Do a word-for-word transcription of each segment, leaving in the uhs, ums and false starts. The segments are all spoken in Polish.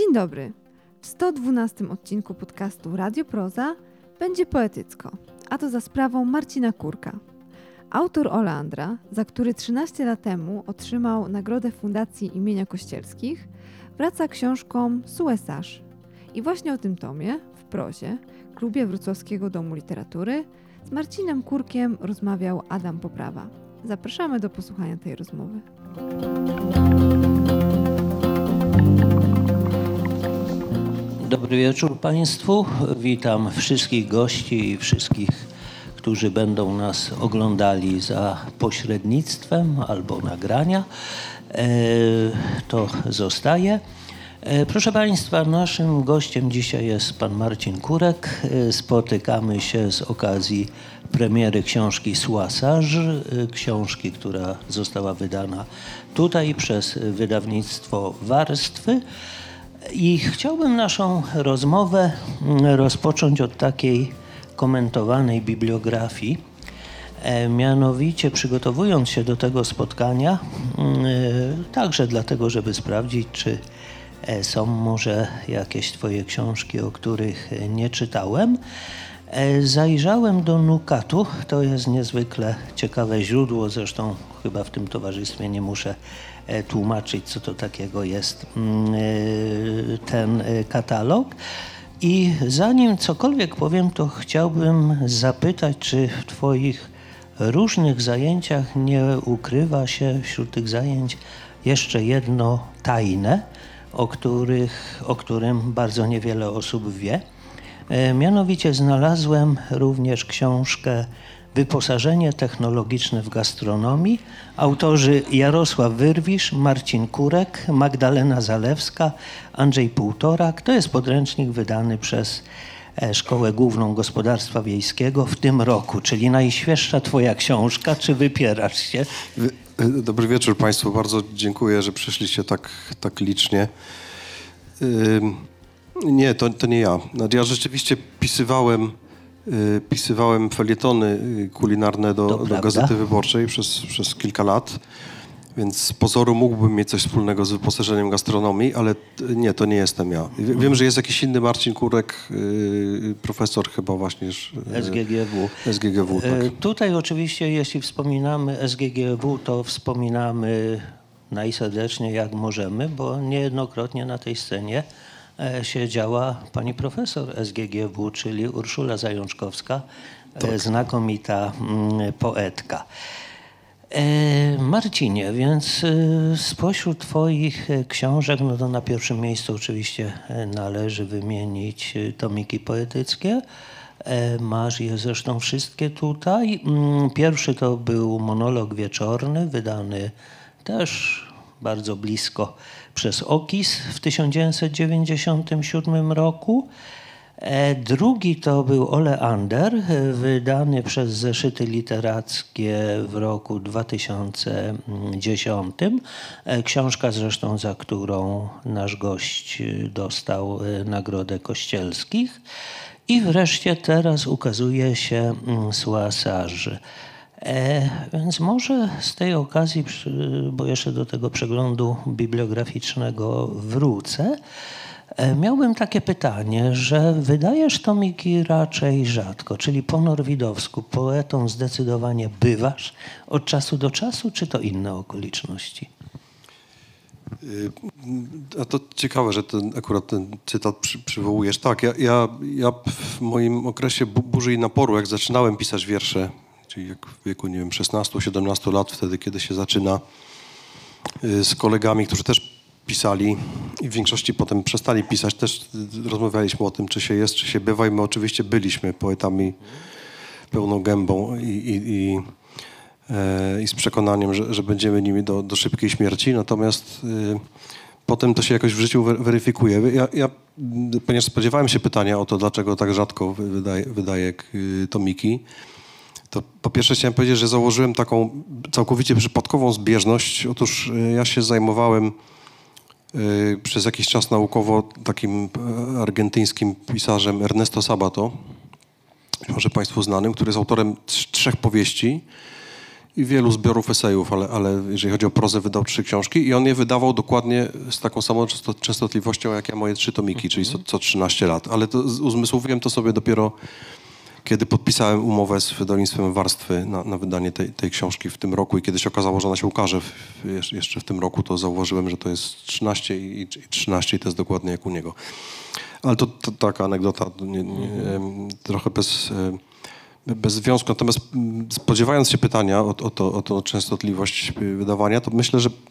Dzień dobry. W sto dwunastym odcinku podcastu Radio Proza będzie poetycko, a to za sprawą Marcina Kurka. Autor Oleandra, za który trzynaście lat temu otrzymał nagrodę Fundacji imienia Kościelskich, wraca książką Suesarz. I właśnie o tym tomie, w prozie, klubie Wrocławskiego Domu Literatury, z Marcinem Kurkiem rozmawiał Adam Poprawa. Zapraszamy do posłuchania tej rozmowy. Dobry wieczór Państwu. Witam wszystkich gości i wszystkich, którzy będą nas oglądali za pośrednictwem albo nagrania. E, to zostaje. E, proszę Państwa, naszym gościem dzisiaj jest pan Marcin Kurek. E, spotykamy się z okazji premiery książki Suesarz, e, książki, która została wydana tutaj przez wydawnictwo Warstwy. I chciałbym naszą rozmowę rozpocząć od takiej komentowanej bibliografii. E, mianowicie przygotowując się do tego spotkania, e, także dlatego, żeby sprawdzić, czy e, są może jakieś Twoje książki, o których nie czytałem, e, zajrzałem do Nukatu. To jest niezwykle ciekawe źródło, zresztą chyba w tym towarzystwie nie muszę tłumaczyć, co to takiego jest ten katalog. I zanim cokolwiek powiem, to chciałbym zapytać, czy w Twoich różnych zajęciach nie ukrywa się wśród tych zajęć jeszcze jedno tajne, o, których, o którym bardzo niewiele osób wie. Mianowicie znalazłem również książkę Wyposażenie technologiczne w gastronomii. Autorzy Jarosław Wyrwisz, Marcin Kurek, Magdalena Zalewska, Andrzej Półtorak. To jest podręcznik wydany przez Szkołę Główną Gospodarstwa Wiejskiego w tym roku, czyli najświeższa Twoja książka. Czy wypierasz się? Dobry wieczór Państwu. Bardzo dziękuję, że przyszliście tak, tak licznie. Yy, nie, to, to nie ja. Ja rzeczywiście pisywałem Pisywałem felietony kulinarne do, do Gazety Wyborczej przez, przez kilka lat, więc z pozoru mógłbym mieć coś wspólnego z wyposażeniem gastronomii, ale nie, to nie jestem ja. Wiem, że jest jakiś inny Marcin Kurek, profesor chyba właśnie S G G W. S G G W, tak. Tutaj oczywiście, jeśli wspominamy S G G W, to wspominamy najserdeczniej jak możemy, bo niejednokrotnie na tej scenie siedziała pani profesor S G G W, czyli Urszula Zajączkowska, tak. Znakomita poetka. Marcinie, więc spośród Twoich książek, no to na pierwszym miejscu oczywiście należy wymienić tomiki poetyckie. Masz je zresztą wszystkie tutaj. Pierwszy to był Monolog wieczorny, wydany też bardzo blisko przez Okis w tysiąc dziewięćset dziewięćdziesiątym siódmym roku. Drugi to był Oleander, wydany przez Zeszyty Literackie w roku dwa tysiące dziesiątym. Książka zresztą, za którą nasz gość dostał Nagrodę Kościelskich. I wreszcie teraz ukazuje się Suesarz. E, więc może z tej okazji, bo jeszcze do tego przeglądu bibliograficznego wrócę, e, miałbym takie pytanie, że wydajesz tomiki raczej rzadko, czyli po norwidowsku poetą zdecydowanie bywasz od czasu do czasu, czy to inne okoliczności? A to ciekawe, że ten, akurat ten cytat przy, przywołujesz. Tak, ja, ja, ja w moim okresie burzy i naporu, jak zaczynałem pisać wiersze, czyli jak w wieku, nie wiem, szesnastu siedemnastu lat, wtedy, kiedy się zaczyna, z kolegami, którzy też pisali i w większości potem przestali pisać, też rozmawialiśmy o tym, czy się jest, czy się bywa i my oczywiście byliśmy poetami pełną gębą i, i, i, e, i z przekonaniem, że, że będziemy nimi do, do szybkiej śmierci, natomiast y, potem to się jakoś w życiu weryfikuje. Ja, ja, ponieważ spodziewałem się pytania o to, dlaczego tak rzadko wydaję, wydaję tomiki, to po pierwsze chciałem powiedzieć, że założyłem taką całkowicie przypadkową zbieżność. Otóż ja się zajmowałem y, przez jakiś czas naukowo takim argentyńskim pisarzem Ernesto Sabato, może Państwu znanym, który jest autorem trzech powieści. i wielu zbiorów esejów, ale, ale jeżeli chodzi o prozę, wydał trzy książki i on je wydawał dokładnie z taką samą częstotliwością, jak ja moje trzy tomiki, czyli co, co trzynaście lat. Ale to uzmysłowiłem to sobie dopiero, kiedy podpisałem umowę z wydawnictwem Warstwy na, na wydanie tej, tej książki w tym roku i kiedy się okazało, że ona się ukaże w, jeszcze w tym roku, to zauważyłem, że to jest trzynaście i, i trzynaście i to jest dokładnie jak u niego. Ale to, to taka anegdota, nie, nie, trochę bez... Bez związku. Natomiast spodziewając się pytania o, o, to, o to częstotliwość wydawania, to myślę, że,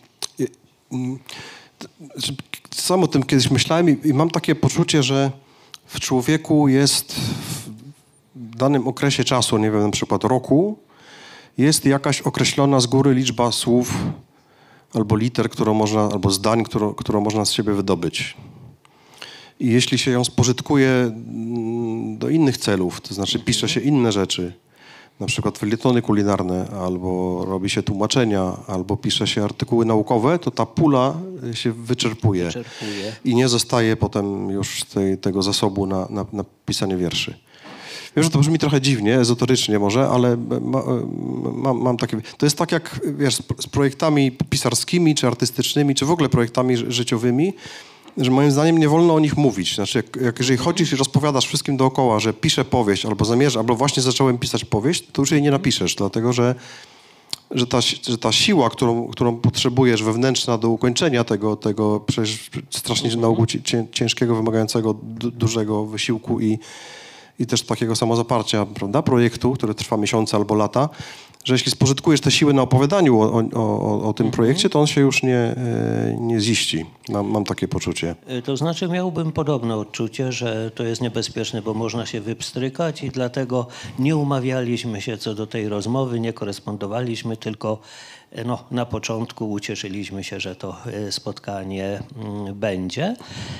że sam o tym kiedyś myślałem i, i mam takie poczucie, że w człowieku jest w danym okresie czasu, nie wiem, na przykład roku, jest jakaś określona z góry liczba słów albo liter, którą można, albo zdań, którą, którą można z siebie wydobyć. I jeśli się ją spożytkuje do innych celów, to znaczy pisze się inne rzeczy, na przykład felietony kulinarne, albo robi się tłumaczenia, albo pisze się artykuły naukowe, to ta pula się wyczerpuje, wyczerpuje. I nie zostaje potem już tej, tego zasobu na, na, na pisanie wierszy. Wiem, że to brzmi trochę dziwnie, ezoterycznie może, ale ma, ma, mam takie... To jest tak jak, wiesz, z projektami pisarskimi, czy artystycznymi, czy w ogóle projektami życiowymi, że moim zdaniem nie wolno o nich mówić. Znaczy, jak, jak jeżeli chodzisz i rozpowiadasz wszystkim dookoła, że piszę powieść, albo zamierzam, albo właśnie zacząłem pisać powieść, to już jej nie napiszesz, dlatego że, że, ta, że ta siła, którą, którą potrzebujesz wewnętrzna do ukończenia tego, tego przecież strasznie na ogół ciężkiego, wymagającego du, dużego wysiłku i, i też takiego samozaparcia, prawda, projektu, który trwa miesiące albo lata, że jeśli spożytkujesz te siły na opowiadaniu o, o, o tym mhm. projekcie, to on się już nie, nie ziści. Mam, mam takie poczucie. To znaczy miałbym podobne odczucie, że to jest niebezpieczne, bo można się wypstrykać i dlatego nie umawialiśmy się co do tej rozmowy, nie korespondowaliśmy, tylko no, na początku ucieszyliśmy się, że to spotkanie będzie.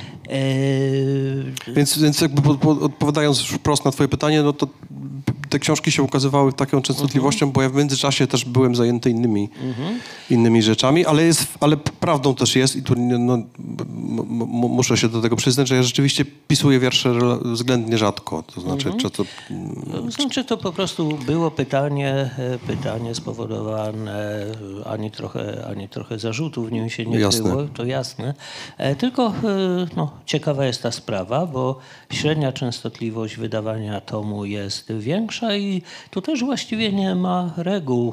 E... Więc, więc jakby odpowiadając wprost na twoje pytanie, no to te książki się ukazywały taką częstotliwością, uh-huh. bo ja w międzyczasie też byłem zajęty innymi, uh-huh. innymi rzeczami, ale, jest, ale prawdą też jest i tu no, m- m- muszę się do tego przyznać, że ja rzeczywiście pisuję wiersze względnie rzadko. To znaczy, uh-huh. czy to... To znaczy, to po prostu było pytanie, pytanie spowodowane, ani trochę, ani trochę zarzutów w nim się nie jasne. było, to jasne. Tylko no, ciekawa jest ta sprawa, bo średnia częstotliwość wydawania tomu jest większa i tu też właściwie nie ma reguł.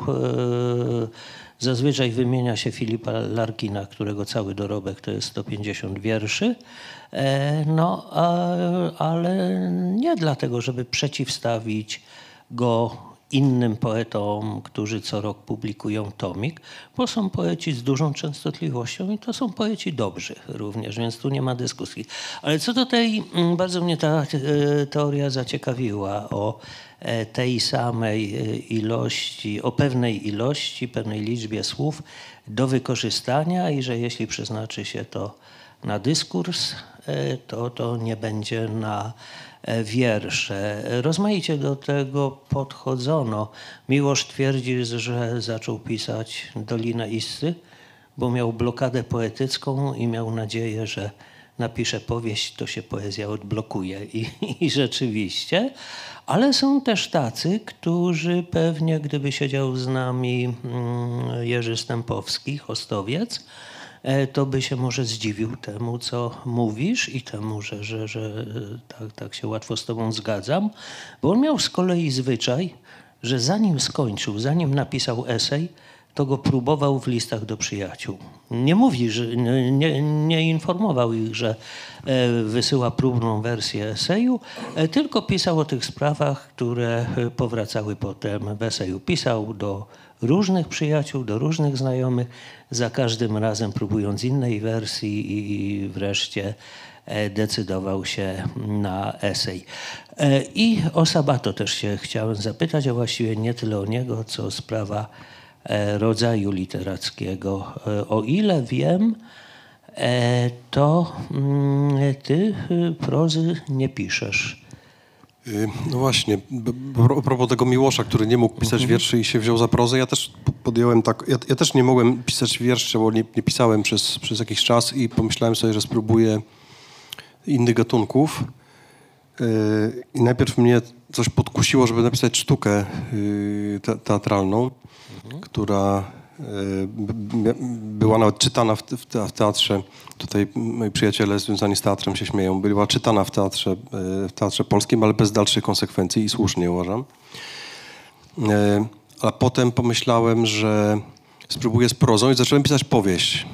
Zazwyczaj wymienia się Filipa Larkina, którego cały dorobek to jest sto pięćdziesiąt wierszy. No, ale nie dlatego, żeby przeciwstawić go innym poetom, którzy co rok publikują tomik, bo są poeci z dużą częstotliwością i to są poeci dobrzy również, więc tu nie ma dyskusji. Ale co do tej, bardzo mnie ta teoria zaciekawiła o tej samej ilości, o pewnej ilości, pewnej liczbie słów do wykorzystania i że jeśli przeznaczy się to na dyskurs, to to nie będzie na wiersze. Rozmaicie do tego podchodzono. Miłosz twierdzi, że zaczął pisać Dolinę Issy, bo miał blokadę poetycką i miał nadzieję, że napisze powieść, to się poezja odblokuje. I, i rzeczywiście. Ale są też tacy, którzy pewnie, gdyby siedział z nami Jerzy Stępowski, Hostowiec, to by się może zdziwił temu, co mówisz i temu, że, że, że tak, tak się łatwo z tobą zgadzam, bo on miał z kolei zwyczaj, że zanim skończył, zanim napisał esej, to go próbował w listach do przyjaciół. Nie mówi, że nie, nie informował ich, że wysyła próbną wersję eseju, tylko pisał o tych sprawach, które powracały potem w eseju. Pisał do różnych przyjaciół, do różnych znajomych, za każdym razem próbując innej wersji i wreszcie decydował się na esej. I o Sabato też się chciałem zapytać, a właściwie nie tyle o niego, co sprawa rodzaju literackiego. O ile wiem, to ty prozy nie piszesz. No właśnie, a propos tego Miłosza, który nie mógł pisać wierszy i się wziął za prozę, ja też podjąłem tak, ja, ja też nie mogłem pisać wierszy, bo nie, nie pisałem przez, przez jakiś czas i pomyślałem sobie, że spróbuję innych gatunków. I najpierw mnie coś podkusiło, żeby napisać sztukę te, teatralną. która y, była nawet czytana w, w, w teatrze. Tutaj moi przyjaciele związani z teatrem się śmieją. Była czytana w teatrze, y, w teatrze polskim, ale bez dalszych konsekwencji i słusznie uważam. Y, a potem pomyślałem, że spróbuję z prozą i zacząłem pisać powieść.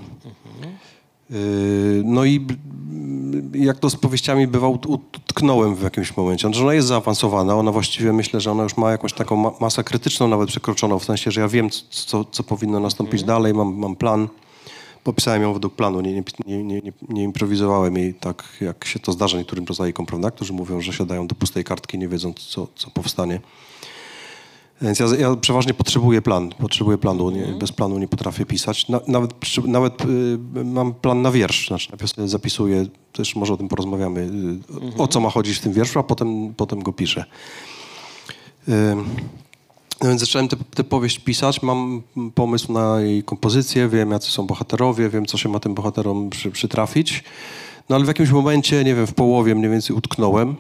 Y, no i jak to z powieściami bywa, utknąłem w jakimś momencie. Że ona jest zaawansowana, ona właściwie myślę, że ona już ma jakąś taką ma masę krytyczną nawet przekroczoną, w sensie, że ja wiem, co, co powinno nastąpić mm. dalej, mam, mam plan. Popisałem ją według planu, nie, nie, nie, nie, nie improwizowałem jej tak, jak się to zdarza niektórym prozaikom, prawda, którzy mówią, że siadają do pustej kartki, nie wiedząc, co, co powstanie. Więc ja, ja przeważnie potrzebuję plan, potrzebuję planu, nie, bez planu nie potrafię pisać. Na, nawet nawet y, mam plan na wiersz, znaczy najpierw sobie zapisuję, też może o tym porozmawiamy, y, mhm. o co ma chodzić w tym wierszu, a potem, potem go piszę. Y, no więc zacząłem tę powieść pisać, mam pomysł na jej kompozycję, wiem jacy są bohaterowie, wiem co się ma tym bohaterom przy, przytrafić, no ale w jakimś momencie, nie wiem, w połowie mniej więcej utknąłem.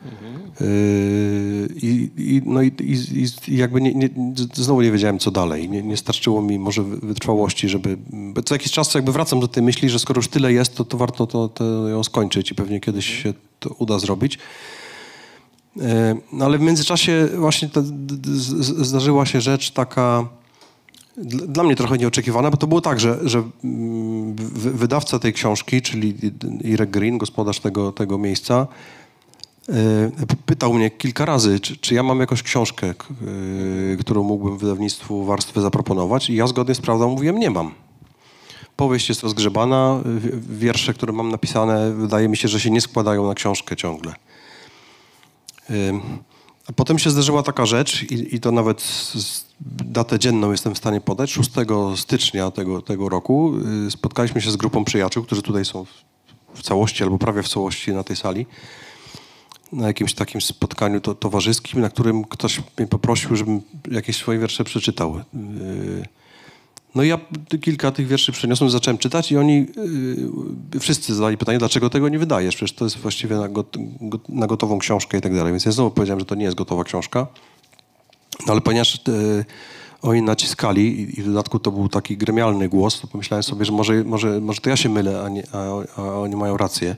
Yy, I, i, no i, i, i jakby nie, nie, znowu nie wiedziałem, co dalej. Nie, nie starczyło mi może wytrwałości, żeby... Co jakiś czas jakby wracam do tej myśli, że skoro już tyle jest, to, to warto to, to ją skończyć i pewnie kiedyś się to uda zrobić. Yy, no ale w międzyczasie właśnie to, z, zdarzyła się rzecz taka dla mnie trochę nieoczekiwana, bo to było tak, że, że wydawca tej książki, czyli Irek Green, gospodarz tego, tego miejsca, pytał mnie kilka razy, czy, czy ja mam jakąś książkę, yy, którą mógłbym wydawnictwu Warstwy zaproponować i ja zgodnie z prawdą mówiłem, nie mam. Powieść jest rozgrzebana, wiersze, które mam napisane, wydaje mi się, że się nie składają na książkę ciągle. Yy, a potem się zdarzyła taka rzecz i, i to nawet z, datę dzienną jestem w stanie podać, szóstego stycznia tego, tego roku yy, spotkaliśmy się z grupą przyjaciół, którzy tutaj są w, w całości albo prawie w całości na tej sali, na jakimś takim spotkaniu to, towarzyskim, na którym ktoś mnie poprosił, żebym jakieś swoje wiersze przeczytał. No i ja kilka tych wierszy przeniosłem, zacząłem czytać i oni yy, wszyscy zadali pytanie, dlaczego tego nie wydajesz? Przecież to jest właściwie na, got, got, na gotową książkę i tak dalej. Więc ja znowu powiedziałem, że to nie jest gotowa książka. No ale ponieważ yy, oni naciskali i, i w dodatku to był taki gremialny głos, to pomyślałem sobie, że może, może, może to ja się mylę, a, nie, a, a oni mają rację.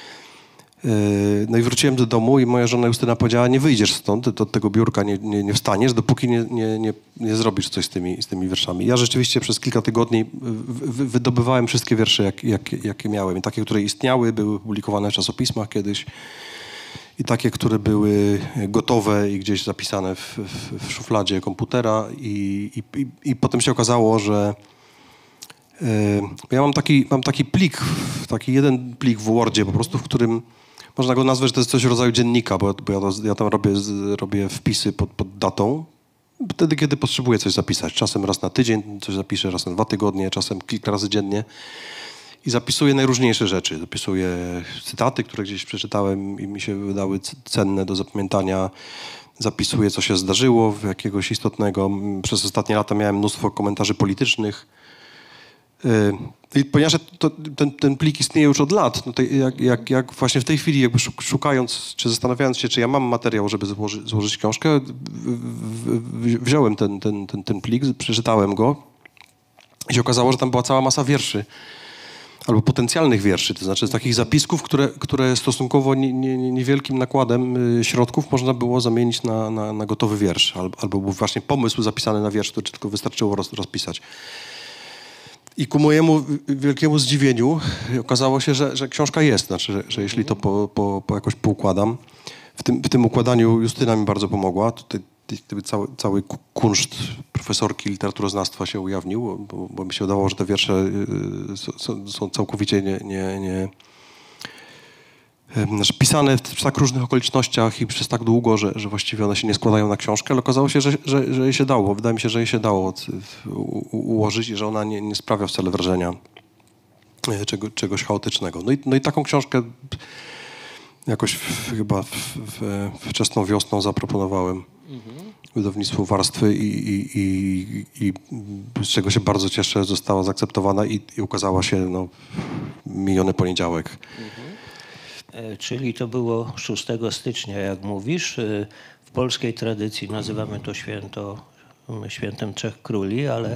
No i wróciłem do domu i moja żona Justyna powiedziała, nie wyjdziesz stąd, do tego biurka nie, nie, nie wstaniesz, dopóki nie, nie, nie, nie zrobisz coś z tymi, z tymi wierszami. Ja rzeczywiście przez kilka tygodni wy, wydobywałem wszystkie wiersze, jak, jak, jakie miałem. I takie, które istniały, były publikowane w czasopismach kiedyś i takie, które były gotowe i gdzieś zapisane w, w, w szufladzie komputera i, i, i, i potem się okazało, że yy, ja mam taki, mam taki plik, taki jeden plik w Wordzie po prostu, w którym można go nazwać, że to jest coś w rodzaju dziennika, bo, bo ja, to, ja tam robię, robię wpisy pod, pod datą, wtedy, kiedy potrzebuję coś zapisać. Czasem raz na tydzień coś zapiszę, raz na dwa tygodnie, czasem kilka razy dziennie. I zapisuję najróżniejsze rzeczy. Zapisuję cytaty, które gdzieś przeczytałem i mi się wydały cenne do zapamiętania. Zapisuję, co się zdarzyło jakiegoś istotnego. Przez ostatnie lata miałem mnóstwo komentarzy politycznych. I ponieważ to, ten, ten plik istnieje już od lat, no to jak, jak, jak właśnie w tej chwili jakby szukając, czy zastanawiając się, czy ja mam materiał, żeby złoży, złożyć książkę, w, w, wziąłem ten, ten, ten, ten plik, przeczytałem go i się okazało, że tam była cała masa wierszy, albo potencjalnych wierszy, to znaczy takich zapisków, które, które stosunkowo nie, nie, niewielkim nakładem środków można było zamienić na, na, na gotowy wiersz, albo, albo był właśnie pomysł zapisany na wiersz, który tylko wystarczyło roz, rozpisać. I ku mojemu wielkiemu zdziwieniu okazało się, że, że książka jest, znaczy, że, że jeśli to po, po, po jakoś poukładam, w tym, w tym układaniu Justyna mi bardzo pomogła. Tutaj, tutaj cały, cały kunszt profesorki literaturoznawstwa się ujawnił, bo, bo mi się wydawało, że te wiersze są, są całkowicie nie, nie, nie znaczy pisane w tak różnych okolicznościach i przez tak długo, że, że właściwie one się nie składają na książkę, ale okazało się, że, że, że jej się dało. Wydaje mi się, że jej się dało ułożyć i że ona nie, nie sprawia wcale wrażenia czego, czegoś chaotycznego. No i, no i taką książkę jakoś w, chyba w, w, wczesną wiosną zaproponowałem mhm. wydawnictwu Warstwy i, i, i, i z czego się bardzo cieszę, została zaakceptowana i, i ukazała się no, miniony poniedziałek. Mhm. Czyli to było szóstego stycznia, jak mówisz. W polskiej tradycji nazywamy to święto Świętem Trzech Króli, ale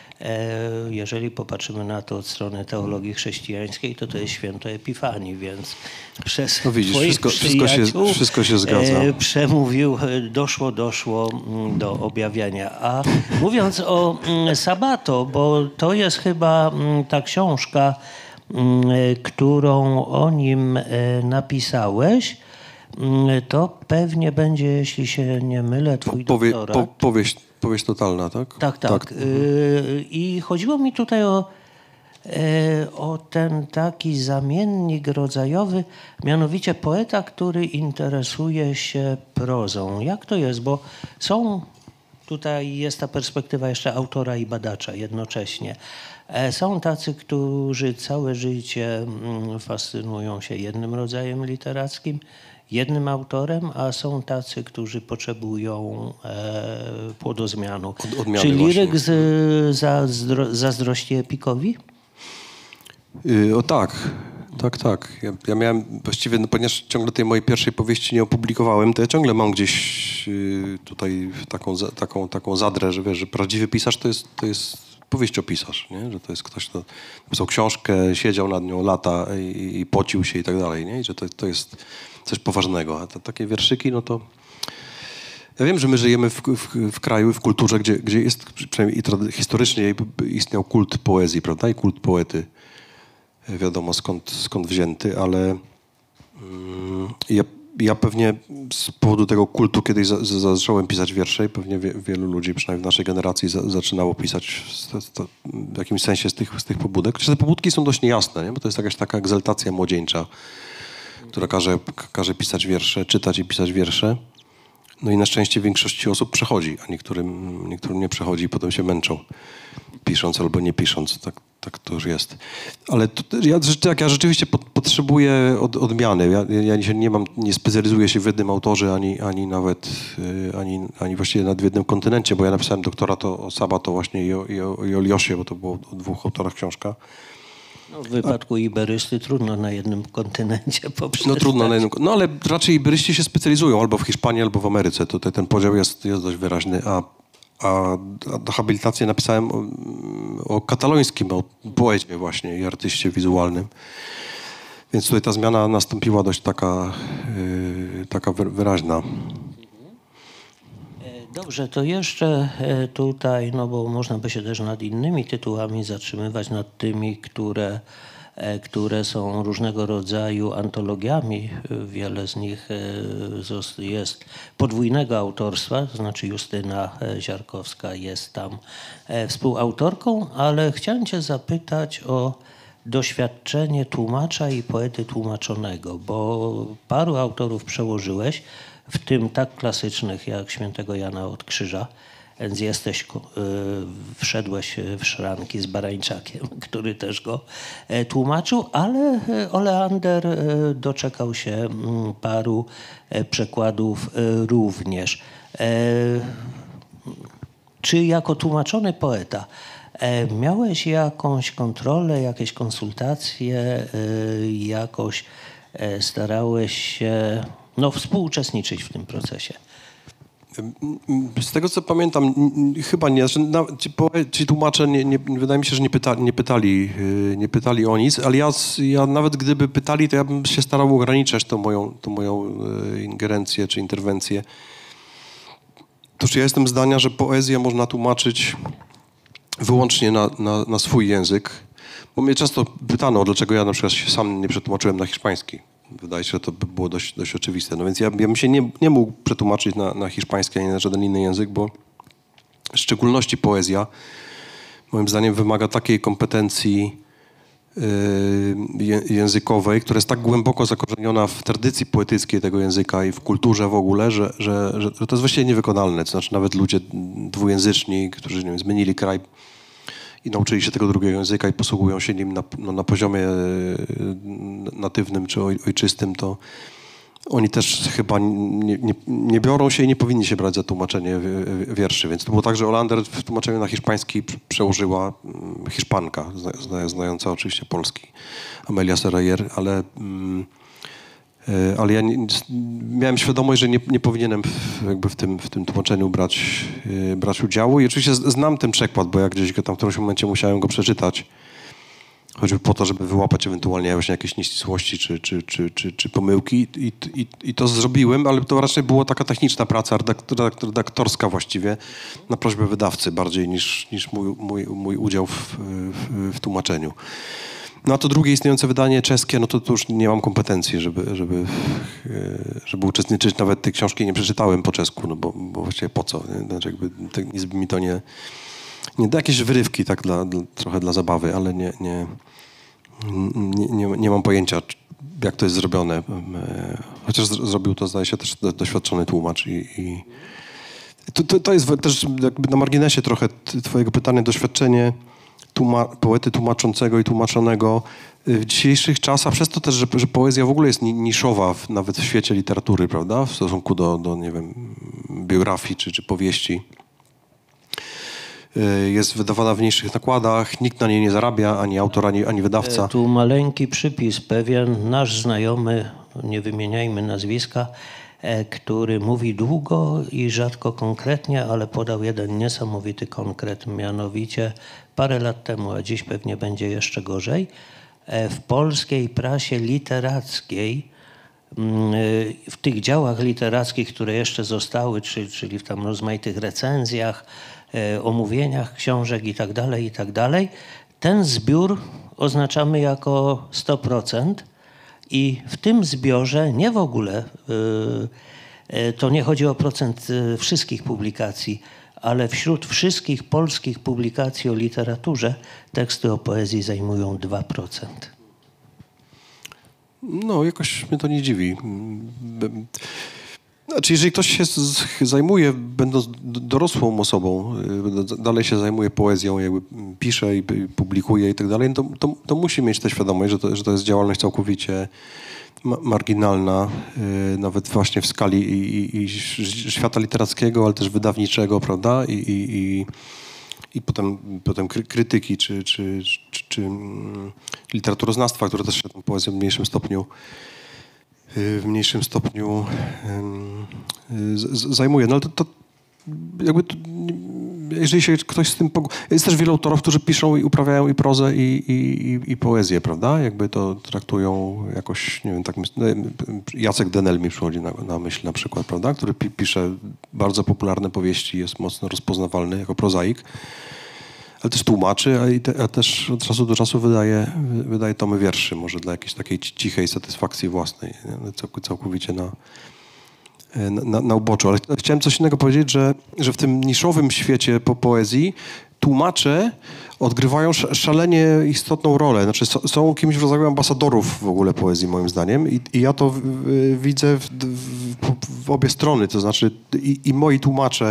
e, jeżeli popatrzymy na to od strony teologii chrześcijańskiej, to to jest święto Epifanii, więc przez no widzisz, twoich wszystko, wszystko, się, wszystko się zgadza. E, przemówił, doszło, doszło do objawienia. A mówiąc o mm, Sabato, bo to jest chyba mm, ta książka, mm, którą o nim e, napisałeś, to pewnie będzie, jeśli się nie mylę, twój Powie, doktorat. po, powieść, powieść totalna, tak? Tak, tak. tak. Yy, I chodziło mi tutaj o, yy, o ten taki zamiennik rodzajowy, mianowicie poeta, który interesuje się prozą. Jak to jest? Bo są, tutaj jest ta perspektywa jeszcze autora i badacza jednocześnie. Są tacy, którzy całe życie fascynują się jednym rodzajem literackim, jednym autorem, a są tacy, którzy potrzebują e, płodozmianu. Od, odmiany Czy liryk właśnie. z, zazdro, zazdrości Epikowi? Yy, o tak, tak, tak. Ja, ja miałem właściwie, no, ponieważ ciągle tej mojej pierwszej powieści nie opublikowałem, to ja ciągle mam gdzieś yy, tutaj taką, taką, taką zadrę, że wiesz, że prawdziwy pisarz to jest, to jest powieściopisarz, nie? Że to jest ktoś, kto napisał książkę, siedział nad nią lata i, i pocił się i tak dalej, nie? I że to, to jest coś poważnego. A to, takie wierszyki, no to... Ja wiem, że my żyjemy w, w, w kraju, w kulturze, gdzie, gdzie jest, przynajmniej i historycznie istniał kult poezji, prawda? I kult poety. Wiadomo skąd, skąd wzięty, ale mm, ja, ja pewnie z powodu tego kultu kiedyś za, za, zacząłem pisać wiersze i pewnie wie, wielu ludzi, przynajmniej w naszej generacji, za, zaczynało pisać z, z, w jakimś sensie z tych, z tych pobudek. Chociaż te pobudki są dość niejasne, nie? Bo to jest jakaś taka egzaltacja młodzieńcza, która każe, każe pisać wiersze, czytać i pisać wiersze. No i na szczęście większości osób przechodzi, a niektórym, niektórym nie przechodzi i potem się męczą, pisząc albo nie pisząc. Tak, tak to już jest. Ale to, ja, tak, ja rzeczywiście pot, potrzebuję od, odmiany. Ja, ja nie, nie, mam, nie specjalizuję się w jednym autorze, ani, ani nawet yy, ani, ani właściwie nawet w jednym kontynencie, bo ja napisałem doktorat o, o Sabato właśnie i o, i o, i o Liosie, bo to było o dwóch autorach książka. No, w wypadku Iberysty trudno na jednym kontynencie poprzestać. No trudno na jednym, no ale raczej Iberyści się specjalizują albo w Hiszpanii, albo w Ameryce. Tutaj ten podział jest, jest dość wyraźny, a, a do habilitacji napisałem o, o katalońskim, o poecie właśnie i artyście wizualnym. Więc tutaj ta zmiana nastąpiła dość taka, yy, taka wyraźna. Dobrze, to jeszcze tutaj, no bo można by się też nad innymi tytułami zatrzymywać, nad tymi, które, które są różnego rodzaju antologiami. Wiele z nich jest podwójnego autorstwa, to znaczy Justyna Ziarkowska jest tam współautorką, ale chciałem cię zapytać o doświadczenie tłumacza i poety tłumaczonego, bo paru autorów przełożyłeś, w tym tak klasycznych jak świętego Jana od Krzyża, więc jesteś, y, wszedłeś w szranki z Barańczakiem, który też go y, tłumaczył, ale y, Oleander y, doczekał się y, paru y, przekładów y, również. Y, czy jako tłumaczony poeta y, miałeś jakąś kontrolę, jakieś konsultacje, y, jakoś y, starałeś się no, współuczestniczyć w tym procesie? Z tego, co pamiętam, chyba nie. Znaczy, na, ci, ci tłumacze, nie, nie, wydaje mi się, że nie, pyta, nie, pytali, nie pytali o nic, ale ja, ja nawet gdyby pytali, to ja bym się starał ograniczać tą moją, tą moją ingerencję czy interwencję. Otóż ja jestem zdania, że poezję można tłumaczyć wyłącznie na, na, na swój język, bo mnie często pytano, dlaczego ja na przykład się sam nie przetłumaczyłem na hiszpański. Wydaje się, że to by było dość, dość oczywiste. No więc ja, ja bym się nie, nie mógł przetłumaczyć na, na hiszpański ani na żaden inny język, bo w szczególności poezja moim zdaniem wymaga takiej kompetencji yy, językowej, która jest tak głęboko zakorzeniona w tradycji poetyckiej tego języka i w kulturze w ogóle, że, że, że to jest właściwie niewykonalne. To znaczy nawet ludzie dwujęzyczni, którzy nie wiem, zmienili kraj i nauczyli się tego drugiego języka i posługują się nim na, no, na poziomie natywnym czy ojczystym, to oni też chyba nie, nie, nie biorą się i nie powinni się brać za tłumaczenie wierszy. Więc to było tak, że Olander w tłumaczeniu na hiszpański przełożyła Hiszpanka, zna, znająca oczywiście polski, Amelia Serrayer, ale, ale ja nie, miałem świadomość, że nie, nie powinienem w, jakby w tym, w tym tłumaczeniu brać, brać udziału. I oczywiście znam ten przekład, bo ja gdzieś go tam w którymś momencie musiałem go przeczytać. Choćby po to, żeby wyłapać ewentualnie właśnie jakieś nieścisłości czy, czy, czy, czy, czy pomyłki. I, i, I to zrobiłem, ale to raczej była taka techniczna praca, redaktor, redaktorska właściwie, na prośbę wydawcy bardziej niż, niż mój, mój, mój udział w, w, w tłumaczeniu. No a to drugie istniejące wydanie czeskie, no to, to już nie mam kompetencji, żeby, żeby, żeby uczestniczyć. Nawet tej książki nie przeczytałem po czesku, no bo, bo właściwie po co? Nie? Znaczy jakby nic by mi to nie... Nie, jakieś wyrywki tak dla, dla, trochę dla zabawy, ale nie, nie, nie, nie, nie mam pojęcia, jak to jest zrobione. Chociaż zrobił to, zdaje się, też doświadczony tłumacz. I, i to, to, to jest też jakby na marginesie trochę twojego pytania, doświadczenie tłuma, poety tłumaczącego i tłumaczonego w dzisiejszych czasach, przez to też, że, że poezja w ogóle jest niszowa w, nawet w świecie literatury, prawda? W stosunku do, do nie wiem, biografii czy, czy powieści. Jest wydawana w mniejszych nakładach, nikt na niej nie zarabia, ani autor, ani, ani wydawca. Tu maleńki przypis pewien, nasz znajomy, nie wymieniajmy nazwiska, który mówi długo i rzadko konkretnie, ale podał jeden niesamowity konkret, mianowicie parę lat temu, a dziś pewnie będzie jeszcze gorzej, w polskiej prasie literackiej, w tych działach literackich, które jeszcze zostały, czyli w tam rozmaitych recenzjach, omówieniach książek i tak dalej, i tak dalej, ten zbiór oznaczamy jako sto procent i w tym zbiorze nie w ogóle, to nie chodzi o procent wszystkich publikacji, ale wśród wszystkich polskich publikacji o literaturze teksty o poezji zajmują dwa procent. No, jakoś mnie to nie dziwi. Znaczy, jeżeli ktoś się zajmuje, będąc dorosłą osobą, dalej się zajmuje poezją, jakby pisze i publikuje i tak dalej, to, to, to musi mieć tę świadomość, że to, że to jest działalność całkowicie marginalna, nawet właśnie w skali i, i, i świata literackiego, ale też wydawniczego, prawda? I, i, i, i potem, potem krytyki czy, czy, czy, czy literaturoznawstwa, które też się tą poezją w mniejszym stopniu w mniejszym stopniu zajmuje. No ale to, to jakby to, jeżeli się ktoś z tym... Jest też wielu autorów, którzy piszą i uprawiają i prozę i, i, i poezję, prawda? Jakby to traktują jakoś, nie wiem, tak Jacek Denel mi przychodzi na, na myśl na przykład, prawda? Który pi, pisze bardzo popularne powieści, jest mocno rozpoznawalny jako prozaik, ale też tłumaczy, a, i te, a też od czasu do czasu wydaje, wydaje tomy wierszy, może dla jakiejś takiej cichej satysfakcji własnej, całk, całkowicie na, na, na uboczu. Ale chciałem coś innego powiedzieć, że, że w tym niszowym świecie po poezji tłumacze odgrywają szalenie istotną rolę. Znaczy są kimś w rodzaju ambasadorów w ogóle poezji, moim zdaniem. I, i ja to w, w, widzę w, w, w obie strony. To znaczy i, i moi tłumacze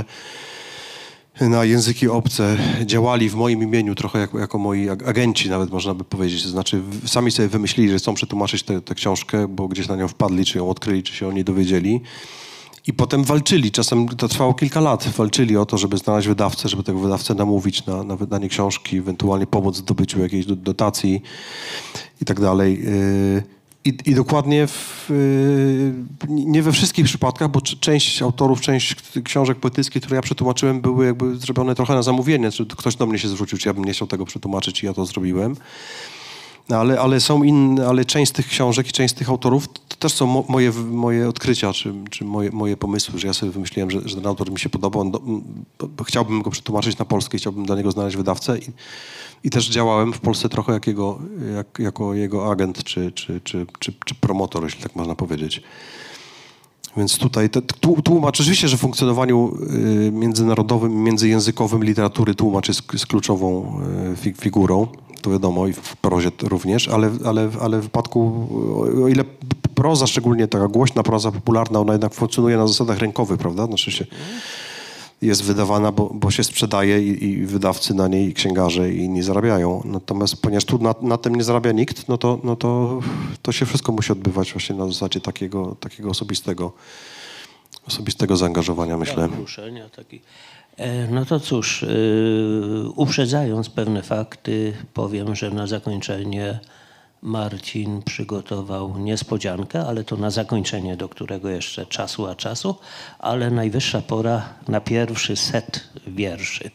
na języki obce działali w moim imieniu trochę jako, jako moi agenci, nawet można by powiedzieć. To znaczy sami sobie wymyślili, że chcą przetłumaczyć tę książkę, bo gdzieś na nią wpadli, czy ją odkryli, czy się o niej dowiedzieli. I potem walczyli, czasem to trwało kilka lat, walczyli o to, żeby znaleźć wydawcę, żeby tego wydawcę namówić na, na wydanie książki, ewentualnie pomóc w zdobyciu jakiejś dotacji i tak dalej. I, i dokładnie w, nie we wszystkich przypadkach, bo część autorów, część książek poetyckich, które ja przetłumaczyłem, były jakby zrobione trochę na zamówienie. Czy ktoś do mnie się zwrócił, czy ja bym nie chciał tego przetłumaczyć i ja to zrobiłem. Ale, ale są inne, ale część z tych książek i część z tych autorów to też są mo, moje, moje odkrycia, czy, czy moje, moje pomysły, że ja sobie wymyśliłem, że, że ten autor mi się podobał, on do, bo chciałbym go przetłumaczyć na polski, chciałbym dla niego znaleźć wydawcę i, i też działałem w Polsce trochę jak jego, jak, jako jego agent, czy, czy, czy, czy, czy promotor, jeśli tak można powiedzieć. Więc tutaj te, tłumacz, oczywiście, że w funkcjonowaniu y, międzynarodowym, międzyjęzykowym literatury tłumacz jest, jest kluczową y, figurą, to wiadomo, i w prozie również, ale, ale, ale w wypadku, o ile proza, szczególnie taka głośna proza popularna, ona jednak funkcjonuje na zasadach rynkowych, prawda? Znaczy się jest wydawana, bo, bo się sprzedaje i, i wydawcy na niej, i księgarze i inni zarabiają. Natomiast ponieważ tu na, na tym nie zarabia nikt, no to, no to, to się wszystko musi odbywać właśnie na zasadzie takiego, takiego osobistego, osobistego zaangażowania, myślę. Taki. No to cóż, yy, uprzedzając pewne fakty, powiem, że na zakończenie Marcin przygotował niespodziankę, ale to na zakończenie, do którego jeszcze czasu a czasu, ale najwyższa pora na pierwszy set wierszy.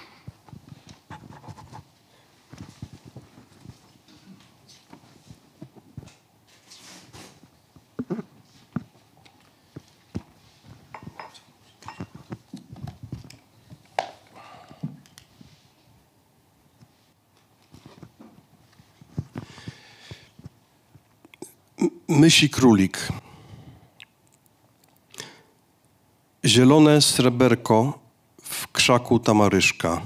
Mysi królik. Zielone sreberko w krzaku tamaryszka.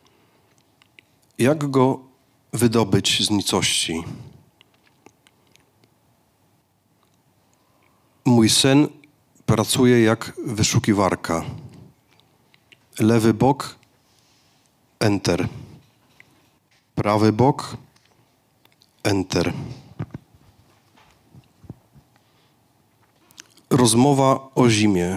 Jak go wydobyć z nicości? Mój sen pracuje jak wyszukiwarka. Lewy bok, enter. Prawy bok, enter. Rozmowa o zimie.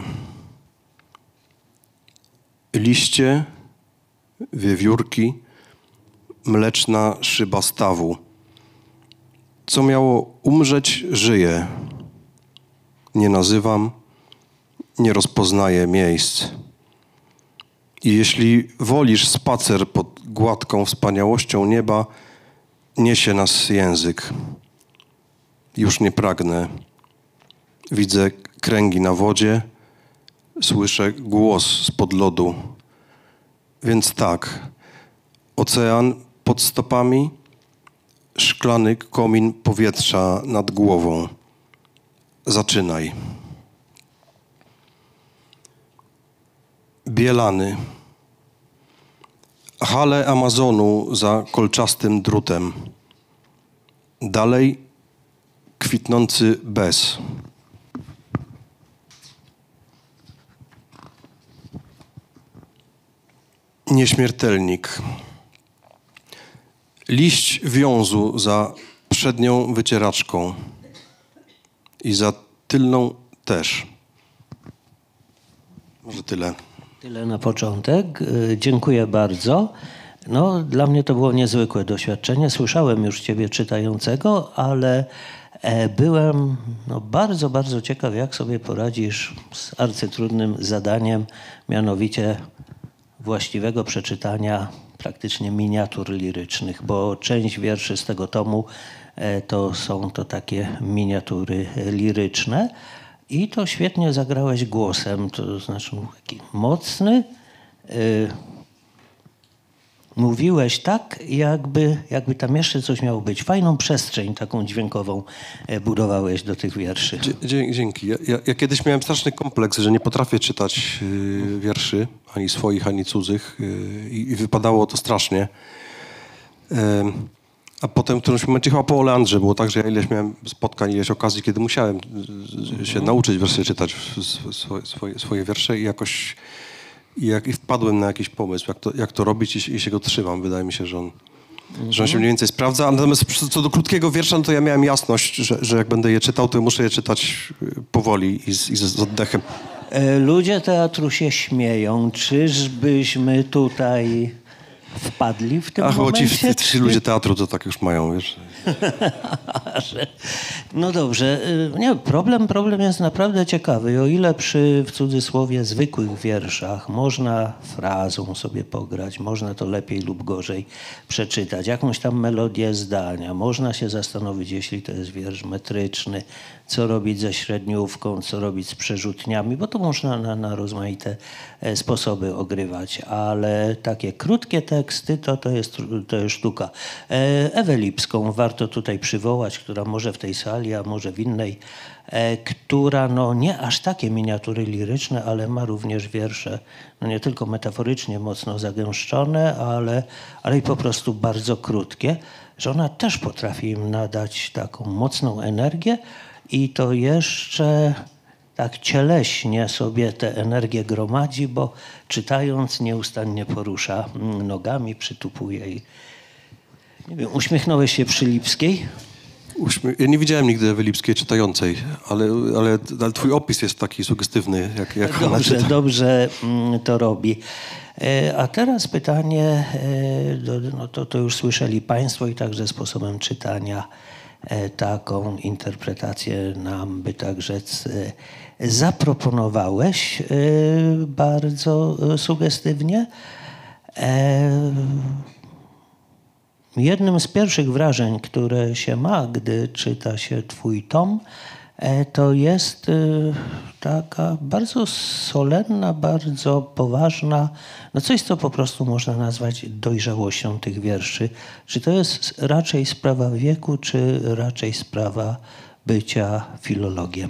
Liście, wiewiórki, mleczna szyba stawu. Co miało umrzeć, żyje. Nie nazywam, nie rozpoznaję miejsc. I jeśli wolisz spacer pod gładką wspaniałością nieba, niesie nas język. Już nie pragnę. Widzę kręgi na wodzie, słyszę głos spod lodu. Więc tak, ocean pod stopami, szklany komin powietrza nad głową. Zaczynaj. Bielany. Hale Amazonu za kolczastym drutem. Dalej kwitnący bez. Nieśmiertelnik. Liść wiązu za przednią wycieraczką i za tylną też. Może tyle. Tyle na początek. Dziękuję bardzo. No, dla mnie to było niezwykłe doświadczenie. Słyszałem już ciebie czytającego, ale byłem no, bardzo, bardzo ciekaw, jak sobie poradzisz z arcytrudnym zadaniem, mianowicie właściwego przeczytania praktycznie miniatur lirycznych, bo część wierszy z tego tomu to są to takie miniatury liryczne i to świetnie zagrałeś głosem, to znaczy taki mocny. Yy, mówiłeś tak, jakby, jakby tam jeszcze coś miało być. Fajną przestrzeń taką dźwiękową budowałeś do tych wierszy. Dzie- dzięki. Ja, ja, ja kiedyś miałem straszny kompleks, że nie potrafię czytać yy, wierszy, ani swoich, ani cudzych yy, i wypadało to strasznie. Yy, a potem w którymś momencie chyba po Oleandrze było tak, że ja ileś miałem spotkań, ileś okazji, kiedy musiałem yy, się nauczyć wreszcie czytać swoje, swoje, swoje wiersze i jakoś i, jak, i wpadłem na jakiś pomysł, jak to, jak to robić i, i się go trzymam. Wydaje mi się, że on że on się mniej więcej sprawdza, natomiast co do krótkiego wiersza, no to ja miałem jasność, że, że jak będę je czytał, to muszę je czytać powoli i z, i z oddechem. Ludzie teatru się śmieją. Czyżbyśmy tutaj wpadli w tym Ach, momencie? Ach, ci, ci ludzie teatru to tak już mają, wiesz. No dobrze. Nie, problem, problem jest naprawdę ciekawy. O ile przy, w cudzysłowie, zwykłych wierszach można frazą sobie pograć, można to lepiej lub gorzej przeczytać, jakąś tam melodię zdania, można się zastanowić, jeśli to jest wiersz metryczny, co robić ze średniówką, co robić z przerzutniami, bo to można na, na rozmaite sposoby ogrywać, ale takie krótkie teksty to, to, jest, to jest sztuka. Ewę Lipską warto tutaj przywołać, która może w tej sali, a może w innej, która no nie aż takie miniatury liryczne, ale ma również wiersze, no nie tylko metaforycznie mocno zagęszczone, ale, ale i po prostu bardzo krótkie, że ona też potrafi im nadać taką mocną energię i to jeszcze tak cieleśnie sobie tę energię gromadzi, bo czytając nieustannie porusza nogami, przytupuje i nie wiem, uśmiechnąłeś się przy Lipskiej? Uśmie- ja nie widziałem nigdy Ewy Lipskiej czytającej, ale, ale, ale twój opis jest taki sugestywny, jak, jak ona Dobrze, czyta. dobrze to robi. A teraz pytanie, no to, to już słyszeli państwo i także sposobem czytania. e, taką interpretację nam, by tak rzec, e, zaproponowałeś e, bardzo e, sugestywnie. E, jednym z pierwszych wrażeń, które się ma, gdy czyta się twój tom, e, to jest e, taka bardzo solenna, bardzo poważna, no coś, co po prostu można nazwać dojrzałością tych wierszy. Czy to jest raczej sprawa wieku, czy raczej sprawa bycia filologiem?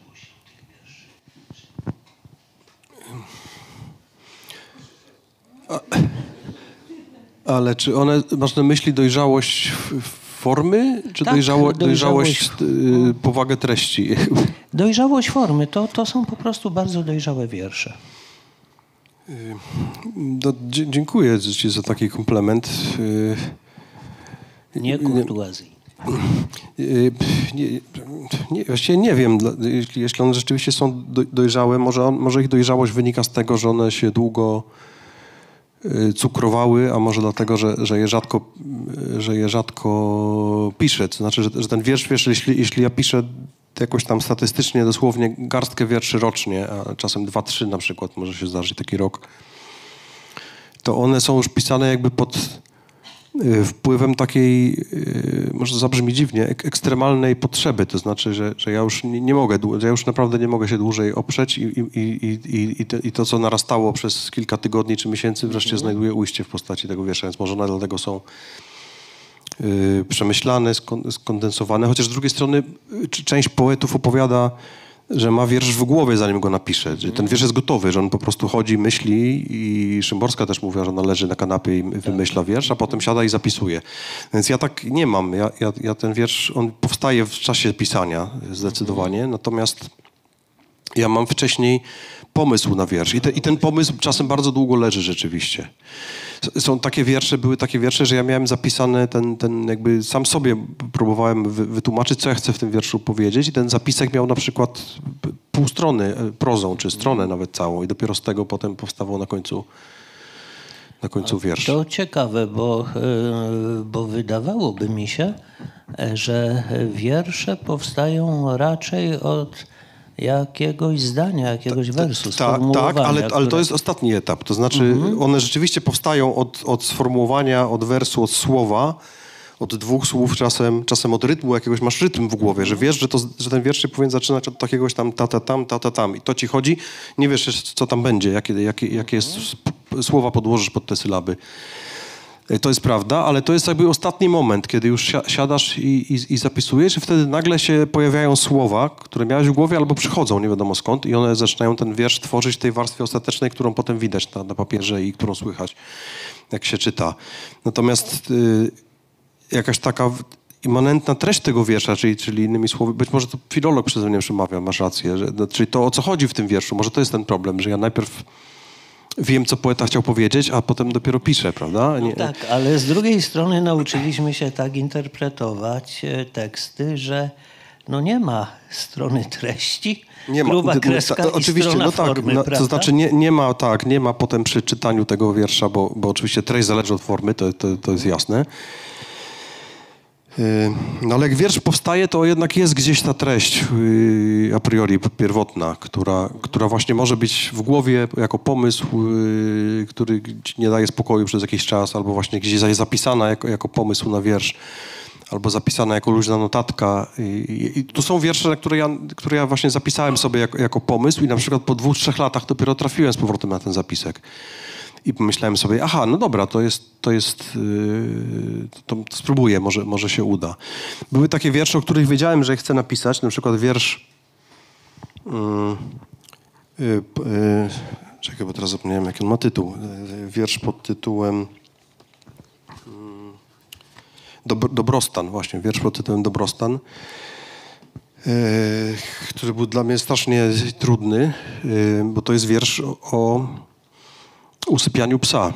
Ale czy one, masz na myśli dojrzałość formy, czy Tak, dojrzało, dojrzałość. dojrzałość, y, powagę treści? Dojrzałość formy, to, to są po prostu bardzo dojrzałe wiersze. No, dzie- dziękuję ci za taki komplement. Y, Nie kurtuazji. y, nie, nie, właściwie nie wiem, dla- jeśli, jeśli one rzeczywiście są do, dojrzałe, może, on, może ich dojrzałość wynika z tego, że one się długo y, cukrowały, a może dlatego, że, że, je, rzadko, y, że je rzadko piszę. To znaczy, że, że ten wiersz, wiesz, jeśli, jeśli ja piszę jakoś tam statystycznie dosłownie garstkę wierszy rocznie, a czasem dwa, trzy na przykład, może się zdarzyć taki rok, to one są już pisane jakby pod y, wpływem takiej, y, może to zabrzmi dziwnie, ek- ekstremalnej potrzeby. To znaczy, że, że ja już nie, nie mogę, dłu- że ja już naprawdę nie mogę się dłużej oprzeć i, i, i, i, i, te, i to, co narastało przez kilka tygodni czy miesięcy, wreszcie znajduje ujście w postaci tego wiersza, więc może one dlatego są y, przemyślane, skon- skondensowane, chociaż z drugiej strony y, c- część poetów opowiada, że ma wiersz w głowie, zanim go napisze. Że ten wiersz jest gotowy, że on po prostu chodzi, myśli i Szymborska też mówiła, że ona leży na kanapie i wymyśla wiersz, a potem siada i zapisuje. Więc ja tak nie mam. Ja, ja, ja ten wiersz, on powstaje w czasie pisania zdecydowanie, natomiast ja mam wcześniej pomysł na wiersz i, te, i ten pomysł czasem bardzo długo leży rzeczywiście. S- Są takie wiersze, były takie wiersze, że ja miałem zapisane ten, ten jakby sam sobie próbowałem wy, wytłumaczyć, co ja chcę w tym wierszu powiedzieć i ten zapisek miał na przykład p- pół strony e, prozą, czy stronę nawet całą i dopiero z tego potem powstawał na końcu na końcu wiersz. To ciekawe, bo, e, bo wydawałoby mi się, e, że wiersze powstają raczej od jakiegoś zdania, jakiegoś wersu, Ta, tak, sformułowania. ale, ale to które- jest ostatni etap. To znaczy one rzeczywiście powstają od, od sformułowania, od wersu, od słowa, od dwóch słów czasem, czasem od rytmu, jakiegoś masz rytm w głowie, że wiesz, że, to, że ten wiersz się powinien zaczynać od takiegoś tam ta, ta, tam, ta, ta, tam. I to ci chodzi, nie wiesz jeszcze, co tam będzie, jakie, jakie, jakie sp- słowa podłożysz pod te sylaby. To jest prawda, ale to jest jakby ostatni moment, kiedy już si- siadasz i, i, i zapisujesz i wtedy nagle się pojawiają słowa, które miałeś w głowie albo przychodzą, nie wiadomo skąd i one zaczynają ten wiersz tworzyć w tej warstwie ostatecznej, którą potem widać na, na papierze i którą słychać, jak się czyta. Natomiast y, jakaś taka w- immanentna treść tego wiersza, czyli, czyli innymi słowy, być może to filolog przeze mnie przemawia, masz rację, że, no, czyli to, o co chodzi w tym wierszu, może to jest ten problem, że ja najpierw wiem, co poeta chciał powiedzieć, a potem dopiero piszę, prawda? Nie, Tak, ale z drugiej strony nauczyliśmy się tak interpretować e, teksty, że no nie ma strony treści, Nie ma. gruba Ty- kreska ta- i oczywiście, strona no tak, formy, no, prawda? to znaczy nie, nie ma tak, nie ma potem przy czytaniu tego wiersza, bo, bo oczywiście treść zależy od formy, to, to, to jest jasne. Yy, No ale jak wiersz powstaje, to jednak jest gdzieś ta treść yy, a priori pierwotna, która, która właśnie może być w głowie jako pomysł, yy, który ci nie daje spokoju przez jakiś czas, albo właśnie gdzieś jest zapisana jako, jako pomysł na wiersz, albo zapisana jako luźna notatka. I, i, i tu są wiersze, na które ja, które ja właśnie zapisałem sobie jako, jako pomysł i na przykład po dwóch, trzech latach dopiero trafiłem z powrotem na ten zapisek. I pomyślałem sobie, aha, no dobra, to jest, to jest, yy, to, to spróbuję, może, może się uda. Były takie wiersze, o których wiedziałem, że chcę napisać, na przykład wiersz, yy, yy, yy, czekaj, bo teraz zapomniałem, jaki on ma tytuł, yy, wiersz pod tytułem yy, Dob- Dobrostan, właśnie, wiersz pod tytułem Dobrostan, yy, który był dla mnie strasznie trudny, yy, bo to jest wiersz o, o usypianiu psa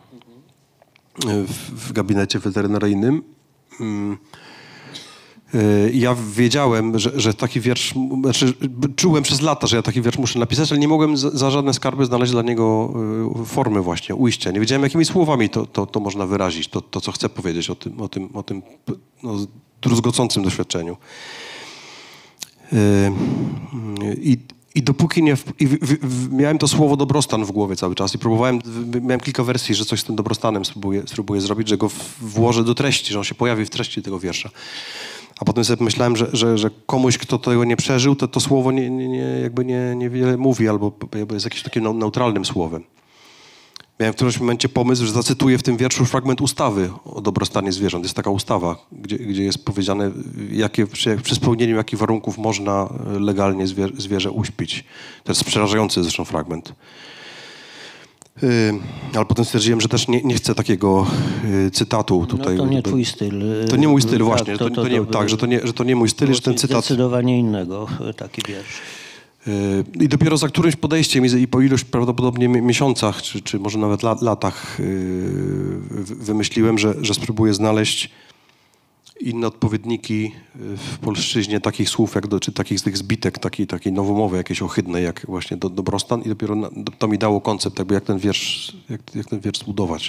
w, w gabinecie weterynaryjnym. Mm. Y, Ja wiedziałem, że, że taki wiersz, znaczy czułem przez lata, że ja taki wiersz muszę napisać, ale nie mogłem za, za żadne skarby znaleźć dla niego y, formy właśnie, ujścia. Nie wiedziałem, jakimi słowami to, to, to można wyrazić, to, to, co chcę powiedzieć o tym, o tym, o tym no, druzgocącym doświadczeniu. I, i dopóki nie... W, i w, w, miałem to słowo dobrostan w głowie cały czas i próbowałem, miałem kilka wersji, że coś z tym dobrostanem spróbuję, spróbuję zrobić, że go włożę do treści, że on się pojawi w treści tego wiersza. A potem sobie myślałem, że, że, że komuś, kto tego nie przeżył, to to słowo nie, nie, nie, jakby nie, niewiele mówi albo jest jakimś takim neutralnym słowem. Miałem w którymś momencie pomysł, że zacytuję w tym wierszu fragment ustawy o dobrostanie zwierząt. Jest taka ustawa, gdzie, gdzie jest powiedziane, jakie, przy, przy spełnieniu jakich warunków można legalnie zwier, zwierzę uśpić. To jest przerażający zresztą fragment. Yy, ale potem stwierdziłem, że też nie, nie chcę takiego yy, cytatu tutaj. No to nie twój styl. To nie mój styl, tak, właśnie. To, to, to, to nie, to, tak, że to nie, że to nie mój styl, że ten cytat... Zdecydowanie innego taki wiersz. I dopiero za którymś podejściem i po iluś prawdopodobnie miesiącach, czy, czy może nawet latach wymyśliłem, że, że spróbuję znaleźć inne odpowiedniki w polszczyźnie takich słów, jak do, czy takich z tych zbitek, takiej, takiej nowomowy jakiejś ohydnej, jak właśnie do, dobrostan i dopiero na, to mi dało koncept, jakby jak ten wiersz, jak, jak ten wiersz zbudować.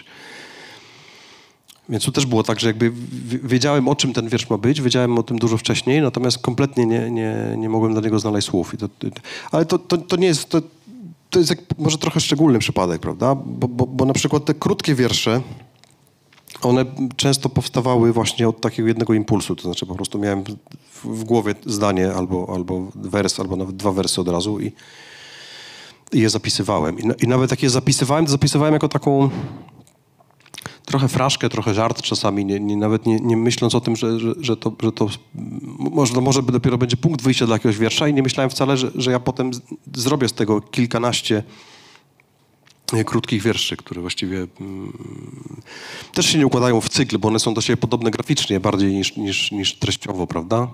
Więc tu też było tak, że jakby wiedziałem, o czym ten wiersz ma być, wiedziałem o tym dużo wcześniej, natomiast kompletnie nie, nie, nie mogłem dla niego znaleźć słów. I to, ale to, to, to nie jest, to, to jest jak może trochę szczególny przypadek, prawda? Bo, bo, bo na przykład te krótkie wiersze, one często powstawały właśnie od takiego jednego impulsu, to znaczy po prostu miałem w, w głowie zdanie albo, albo wers, albo nawet dwa wersy od razu i, i je zapisywałem. I, I nawet jak je zapisywałem, to zapisywałem jako taką... Trochę fraszkę, trochę żart czasami, nie, nie, nawet nie, nie myśląc o tym, że, że, że to, że to może, może dopiero będzie punkt wyjścia dla jakiegoś wiersza i nie myślałem wcale, że, że ja potem z, zrobię z tego kilkanaście krótkich wierszy, które właściwie mm, też się nie układają w cykl, bo one są do siebie podobne graficznie bardziej niż, niż, niż treściowo, prawda?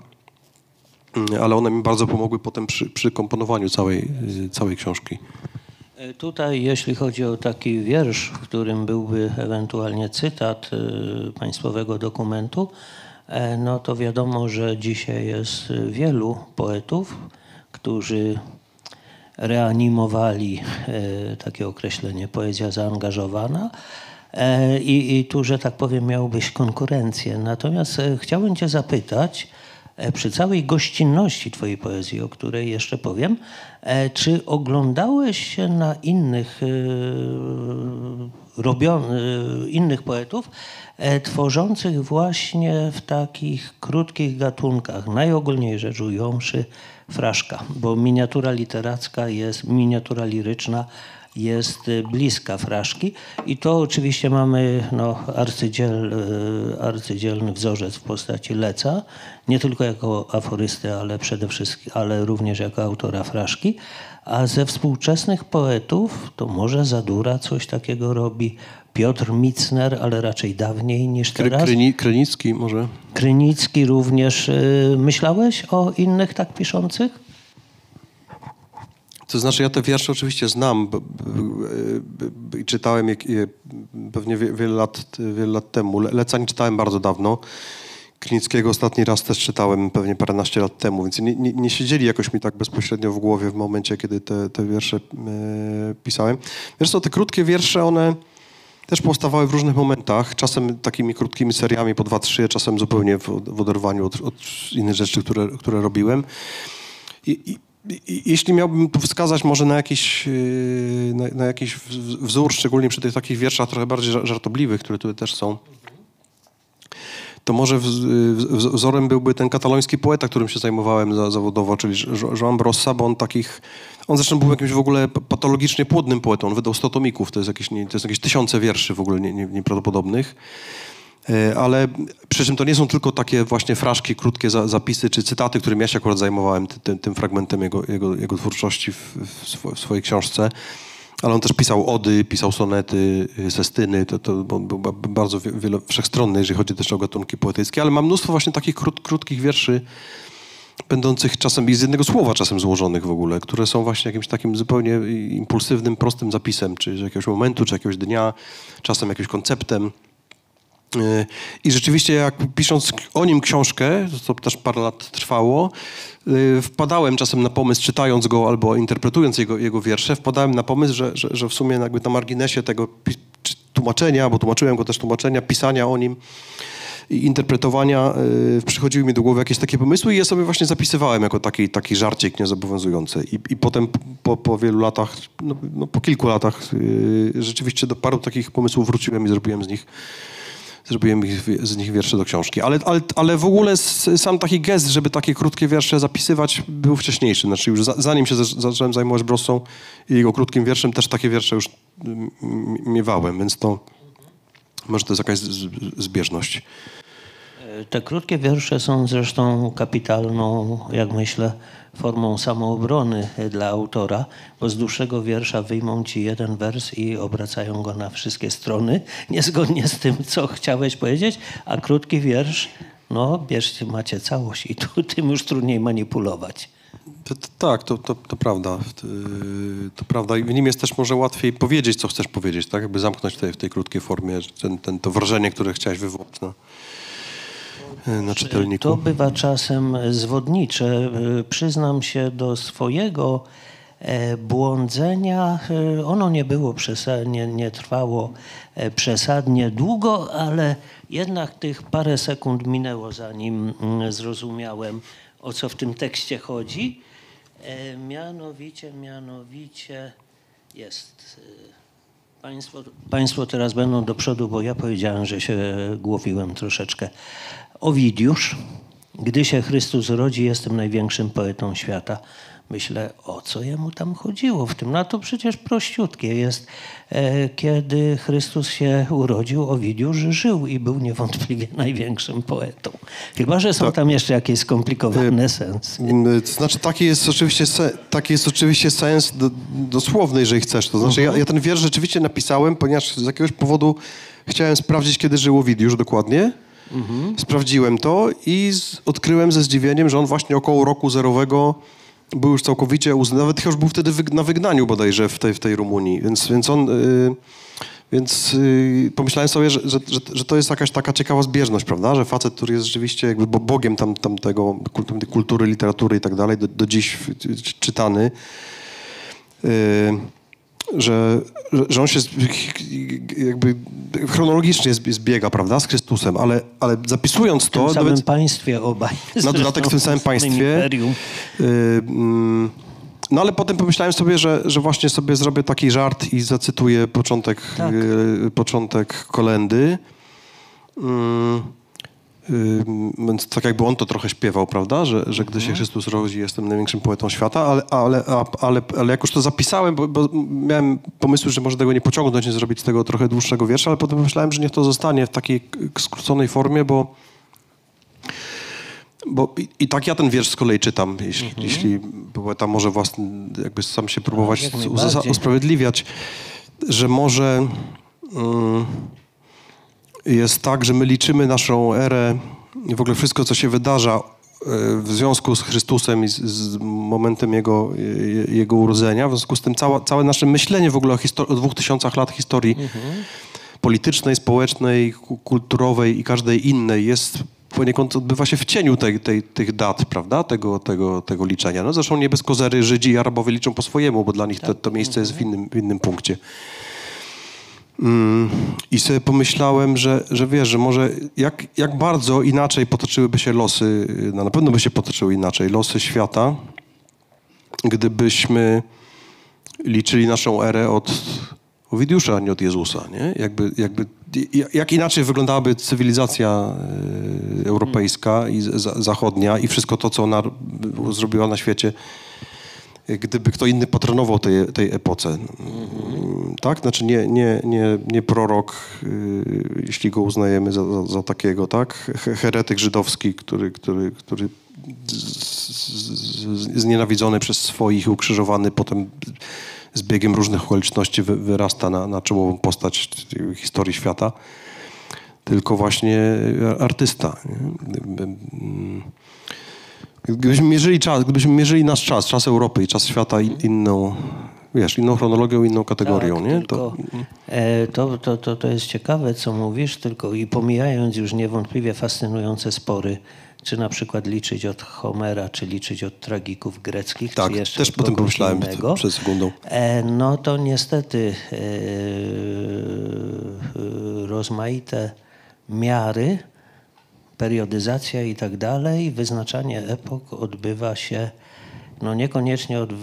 Ale one mi bardzo pomogły potem przy, przy komponowaniu całej, całej książki. Tutaj, jeśli chodzi o taki wiersz, w którym byłby ewentualnie cytat y, państwowego dokumentu, e, no to wiadomo, że dzisiaj jest wielu poetów, którzy reanimowali e, takie określenie poezja zaangażowana e, i, i tu, że tak powiem, miał być konkurencję. Natomiast e, chciałbym cię zapytać, przy całej gościnności twojej poezji, o której jeszcze powiem, czy oglądałeś się na innych, robion, innych poetów tworzących właśnie w takich krótkich gatunkach, najogólniej rzecz ująwszy fraszka, bo miniatura literacka jest, miniatura liryczna jest bliska fraszki i to oczywiście mamy no, arcydziel, arcydzielny wzorzec w postaci Leca, nie tylko jako aforysty, ale przede wszystkim, ale również jako autora fraszki, a ze współczesnych poetów to może Zadura coś takiego robi, Piotr Micner, ale raczej dawniej niż teraz. Kryni, Krynicki może? Krynicki również. Myślałeś o innych tak piszących? To znaczy ja te wiersze oczywiście znam i czytałem je, je pewnie wie, wiele, lat, wiele lat temu. Leca nie czytałem bardzo dawno. Krynickiego ostatni raz też czytałem pewnie paręnaście lat temu, więc nie, nie, nie siedzieli jakoś mi tak bezpośrednio w głowie w momencie, kiedy te, te wiersze e, pisałem. Wiesz co, te krótkie wiersze, one też powstawały w różnych momentach, czasem takimi krótkimi seriami po dwa, trzy, czasem zupełnie w, w oderwaniu od, od innych rzeczy, które, które robiłem. I, i Jeśli miałbym tu wskazać może na jakiś, na, na jakiś wzór, szczególnie przy tych takich wierszach trochę bardziej żartobliwych, które tutaj też są, to może wzorem byłby ten kataloński poeta, którym się zajmowałem za, zawodowo, czyli Joan Brossa, bo on takich, on zresztą był jakimś w ogóle patologicznie płodnym poetą, on wydał sto tomików, to jest jakieś, to jest jakieś tysiące wierszy w ogóle nie, nie, nieprawdopodobnych. Ale przy czym to nie są tylko takie właśnie fraszki, krótkie za, zapisy czy cytaty, którym ja się akurat zajmowałem ty, ty, tym fragmentem jego, jego, jego twórczości w, w, swo, w swojej książce. Ale on też pisał ody, pisał sonety, sestyny, to, to był bardzo wiele, wszechstronny, jeżeli chodzi też o gatunki poetyckie, ale mam mnóstwo właśnie takich krót, krótkich wierszy, będących czasem i z jednego słowa czasem złożonych w ogóle, które są właśnie jakimś takim zupełnie impulsywnym, prostym zapisem, czy z jakiegoś momentu, czy jakiegoś dnia, czasem jakimś konceptem. I rzeczywiście jak pisząc o nim książkę, to też parę lat trwało, wpadałem czasem na pomysł, czytając go albo interpretując jego, jego wiersze, wpadałem na pomysł, że, że, że w sumie jakby na marginesie tego tłumaczenia, bo tłumaczyłem go też tłumaczenia, pisania o nim, i interpretowania y, przychodziły mi do głowy jakieś takie pomysły i je sobie właśnie zapisywałem jako taki, taki żarcik niezobowiązujący. I, i potem po, po wielu latach, no, no po kilku latach y, rzeczywiście do paru takich pomysłów wróciłem i zrobiłem z nich Zrobiłem ich, z nich wiersze do książki. Ale, ale, ale w ogóle sam taki gest, żeby takie krótkie wiersze zapisywać, był wcześniejszy. Znaczy już za, zanim się z, zacząłem zajmować Brossą i jego krótkim wierszem, też takie wiersze już m, miewałem, więc to może to jest jakaś z, z, zbieżność. Te krótkie wiersze są zresztą kapitalną, jak myślę, formą samoobrony dla autora, bo z dłuższego wiersza wyjmą ci jeden wers i obracają go na wszystkie strony, niezgodnie z tym, co chciałeś powiedzieć, a krótki wiersz, no bierzcie, macie całość i tu, tym już trudniej manipulować. To, to, tak, to, to, to prawda. To, to prawda. I w nim jest też może łatwiej powiedzieć, co chcesz powiedzieć, tak? Jakby zamknąć tutaj w tej krótkiej formie ten, ten, to wrażenie, które chciałeś wywołać na, na czytelniku. To bywa czasem zwodnicze. Przyznam się do swojego błądzenia. Ono nie było przesadnie, nie trwało przesadnie długo, ale jednak tych parę sekund minęło, zanim zrozumiałem, o co w tym tekście chodzi. Mianowicie, mianowicie jest... Państwo, państwo teraz będą do przodu, bo ja powiedziałem, że się głowiłem troszeczkę. Owidiusz. Gdy się Chrystus rodzi, jestem największym poetą świata. Myślę, o co jemu tam chodziło w tym? No to przecież prościutkie jest. E, kiedy Chrystus się urodził, Owidiusz żył i był niewątpliwie największym poetą. Chyba że są tak. tam jeszcze jakieś skomplikowane sensy. To znaczy taki jest oczywiście, se, taki jest oczywiście sens do, dosłowny, jeżeli chcesz. To znaczy uh-huh. ja, ja ten wiersz rzeczywiście napisałem, ponieważ z jakiegoś powodu chciałem sprawdzić, kiedy żył Owidiusz dokładnie. Uh-huh. Sprawdziłem to i z, odkryłem ze zdziwieniem, że on właśnie około roku zerowego był już całkowicie uznany, nawet już był wtedy wyg- na wygnaniu bodajże w tej, w tej Rumunii, więc, więc on, yy, więc yy, pomyślałem sobie, że, że, że, że to jest jakaś taka ciekawa zbieżność, prawda, że facet, który jest rzeczywiście jakby bogiem tam, tam tego, tej kultury, literatury i tak dalej, do, do dziś czytany, yy, że, że on się jakby chronologicznie zbiega, prawda, z Chrystusem, ale, ale zapisując to... W tym samym nawet, państwie obaj. Na dodatek w tym samym państwie. Yy, mm, no ale potem pomyślałem sobie, że, że właśnie sobie zrobię taki żart i zacytuję początek, tak. yy, początek kolendy. Yy, yy, więc tak jakby on to trochę śpiewał, prawda, że, że gdy się Chrystus rodzi, jestem największym poetą świata, ale, ale, ale, ale jak już to zapisałem, bo, bo miałem pomysły, że może tego nie pociągnąć, nie zrobić z tego trochę dłuższego wiersza, ale potem pomyślałem, że niech to zostanie w takiej skróconej formie, bo Bo i, i tak ja ten wiersz z kolei czytam, jeśli, mhm. jeśli poeta może własny, jakby sam się próbować tak, uzas- usprawiedliwiać, że może um, jest tak, że my liczymy naszą erę i w ogóle wszystko, co się wydarza w związku z Chrystusem i z, z momentem Jego, Jego urodzenia, w związku z tym cała, całe nasze myślenie w ogóle o, histor- o dwóch tysiącach lat historii mhm. politycznej, społecznej, kulturowej i każdej innej jest poniekąd odbywa się w cieniu tej, tej, tych dat, prawda, tego, tego, tego liczenia. No zresztą nie bez kozery Żydzi i Arabowie liczą po swojemu, bo dla nich to, to miejsce jest w innym, w innym punkcie. Mm, I sobie pomyślałem, że, że wiesz, że może jak, jak bardzo inaczej potoczyłyby się losy, no na pewno by się potoczyły inaczej, losy świata, gdybyśmy liczyli naszą erę od Owidiusza, a nie od Jezusa, nie? Jakby, jakby, jak inaczej wyglądałaby cywilizacja y, europejska i z, zachodnia i wszystko to, co ona zrobiła na świecie, gdyby kto inny patronował tej, tej epoce. Mm-hmm. Tak? Znaczy nie, nie, nie, nie prorok, y, jeśli go uznajemy za, za, za takiego, tak? Heretyk żydowski, który, który, który znienawidzony przez swoich, ukrzyżowany, potem z biegiem różnych okoliczności wy, wyrasta na, na czołową postać historii świata, tylko właśnie artysta. Nie? Gdybyśmy mierzyli czas, gdybyśmy mierzyli nasz czas, czas Europy i czas świata in, inną, wiesz, inną chronologią, inną kategorią, tak, nie? Tylko, to... e, to, to, to, to jest ciekawe, co mówisz, tylko i pomijając już niewątpliwie fascynujące spory, czy na przykład liczyć od Homera, czy liczyć od tragików greckich, tak, czy jeszcze też potem pomyślałem innego, przed sekundą. E, no to niestety e, e, rozmaite miary periodyzacja i tak dalej, wyznaczanie epok odbywa się no niekoniecznie od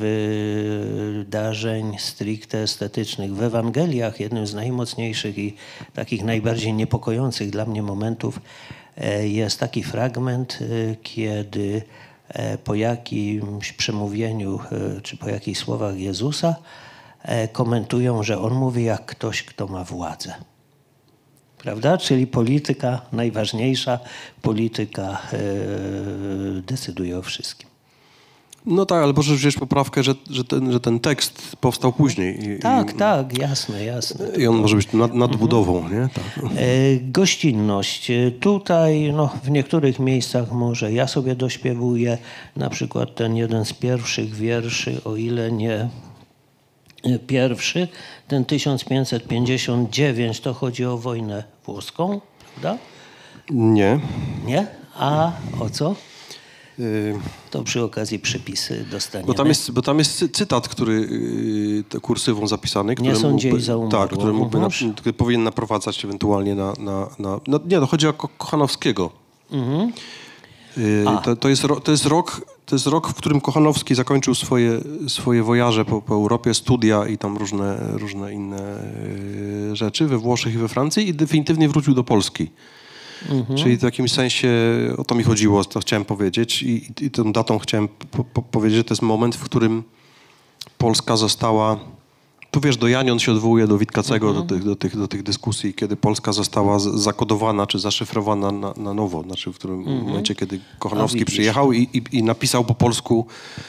wydarzeń stricte estetycznych. W Ewangeliach jednym z najmocniejszych i takich najbardziej niepokojących dla mnie momentów jest taki fragment, kiedy po jakimś przemówieniu czy po jakichś słowach Jezusa komentują, że on mówi jak ktoś, kto ma władzę. Prawda? Czyli polityka najważniejsza, polityka yy, decyduje o wszystkim. No tak, ale proszę wziąć poprawkę, że, że, ten, że ten tekst powstał później. I, tak, i, tak, jasne, jasne. I on może być nad, nadbudową, mhm. nie? Tak. E, gościnność. Tutaj no, w niektórych miejscach może ja sobie dośpiewuję, na przykład ten jeden z pierwszych wierszy, o ile nie pierwszy, ten tysiąc pięćset pięćdziesiąt dziewięć, to chodzi o wojnę włoską, prawda? Nie. Nie? A o co? Y... To przy okazji przypisy dostaniemy. Bo tam jest, bo tam jest cytat, który y, kursywą zapisany, który, nie sądzi mógłby, za umarło. tak, który, mógłby na, który powinien naprowadzać ewentualnie na... na, na no, nie, to chodzi o Kochanowskiego. Mhm. Y, to, to, jest, to, jest rok, to jest rok, w którym Kochanowski zakończył swoje, swoje wojaże po, po Europie, studia i tam różne, różne inne y, rzeczy we Włoszech i we Francji i definitywnie wrócił do Polski. Mhm. Czyli w jakimś sensie o to mi chodziło, to chciałem powiedzieć i, i, i tą datą chciałem po, po, powiedzieć, że to jest moment, w którym Polska została, tu wiesz, do Janion się odwołuje do Witkacego, mhm. do, tych, do, tych, do tych dyskusji, kiedy Polska została z, zakodowana czy zaszyfrowana na, na nowo, znaczy w którym mhm. momencie, kiedy Kochanowski przyjechał i, i, i napisał po polsku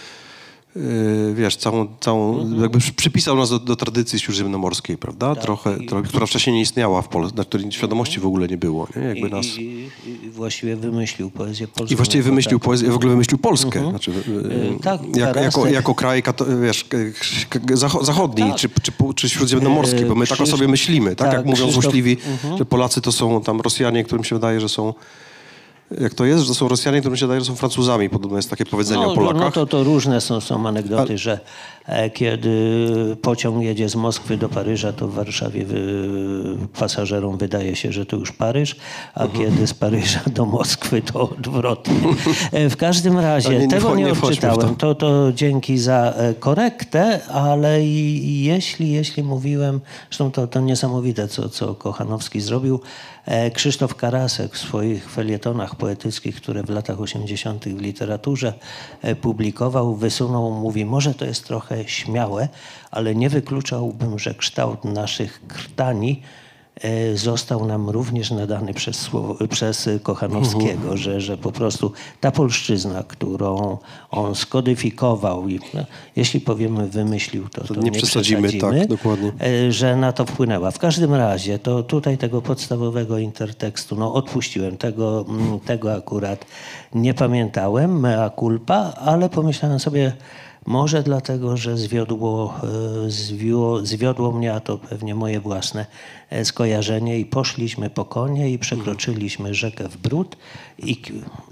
Yy, wiesz, całą, całą mhm. jakby przypisał nas do, do tradycji śródziemnomorskiej, prawda? Tak, trochę, i, trochę, która wcześniej nie istniała w Polsce, na której świadomości w ogóle nie było. Nie? Jakby i, nas... i, I właściwie wymyślił poezję polską. I właściwie wymyślił tak. poezję, w ogóle wymyślił Polskę. Mhm. Znaczy, yy, tak, jak, jako, tak. jako kraj, wiesz, zachodni, tak. czy, czy, czy śródziemnomorski, bo my Krzysz... tak o sobie myślimy, tak? tak jak mówią Krzysztof... złośliwi, mhm. że Polacy to są tam Rosjanie, którym się wydaje, że są jak to jest, że są Rosjanie, którym się wydaje, że są Francuzami. Podobno jest takie powiedzenie no, o Polakach. No to, to różne są, są anegdoty, A... że e, kiedy pociąg jedzie z Moskwy do Paryża, to w Warszawie wy, pasażerom wydaje się, że to już Paryż, a uh-huh. kiedy z Paryża do Moskwy, to odwrotnie. E, w każdym razie, nie, nie, tego nie, nie odczytałem. To. To, to dzięki za e, korektę, ale i, jeśli, jeśli mówiłem, zresztą to, to niesamowite, co, co Kochanowski zrobił, e, Krzysztof Karasek w swoich felietonach poetyckich, które w latach osiemdziesiątych w literaturze publikował, wysunął, mówi, może to jest trochę śmiałe, ale nie wykluczałbym, że kształt naszych krtani został nam również nadany przez, słowo, przez Kochanowskiego, uh-huh. że, że po prostu ta polszczyzna, którą on skodyfikował i no, jeśli powiemy wymyślił, to, to, to nie, nie przesadzimy, przesadzimy tak, dokładnie. Że na to wpłynęła. W każdym razie to tutaj tego podstawowego intertekstu no odpuściłem, tego, tego akurat nie pamiętałem, mea culpa, ale pomyślałem sobie, może dlatego, że zwiodło, zwiło, zwiodło mnie, a to pewnie moje własne skojarzenie i poszliśmy po konie i przekroczyliśmy rzekę w bród i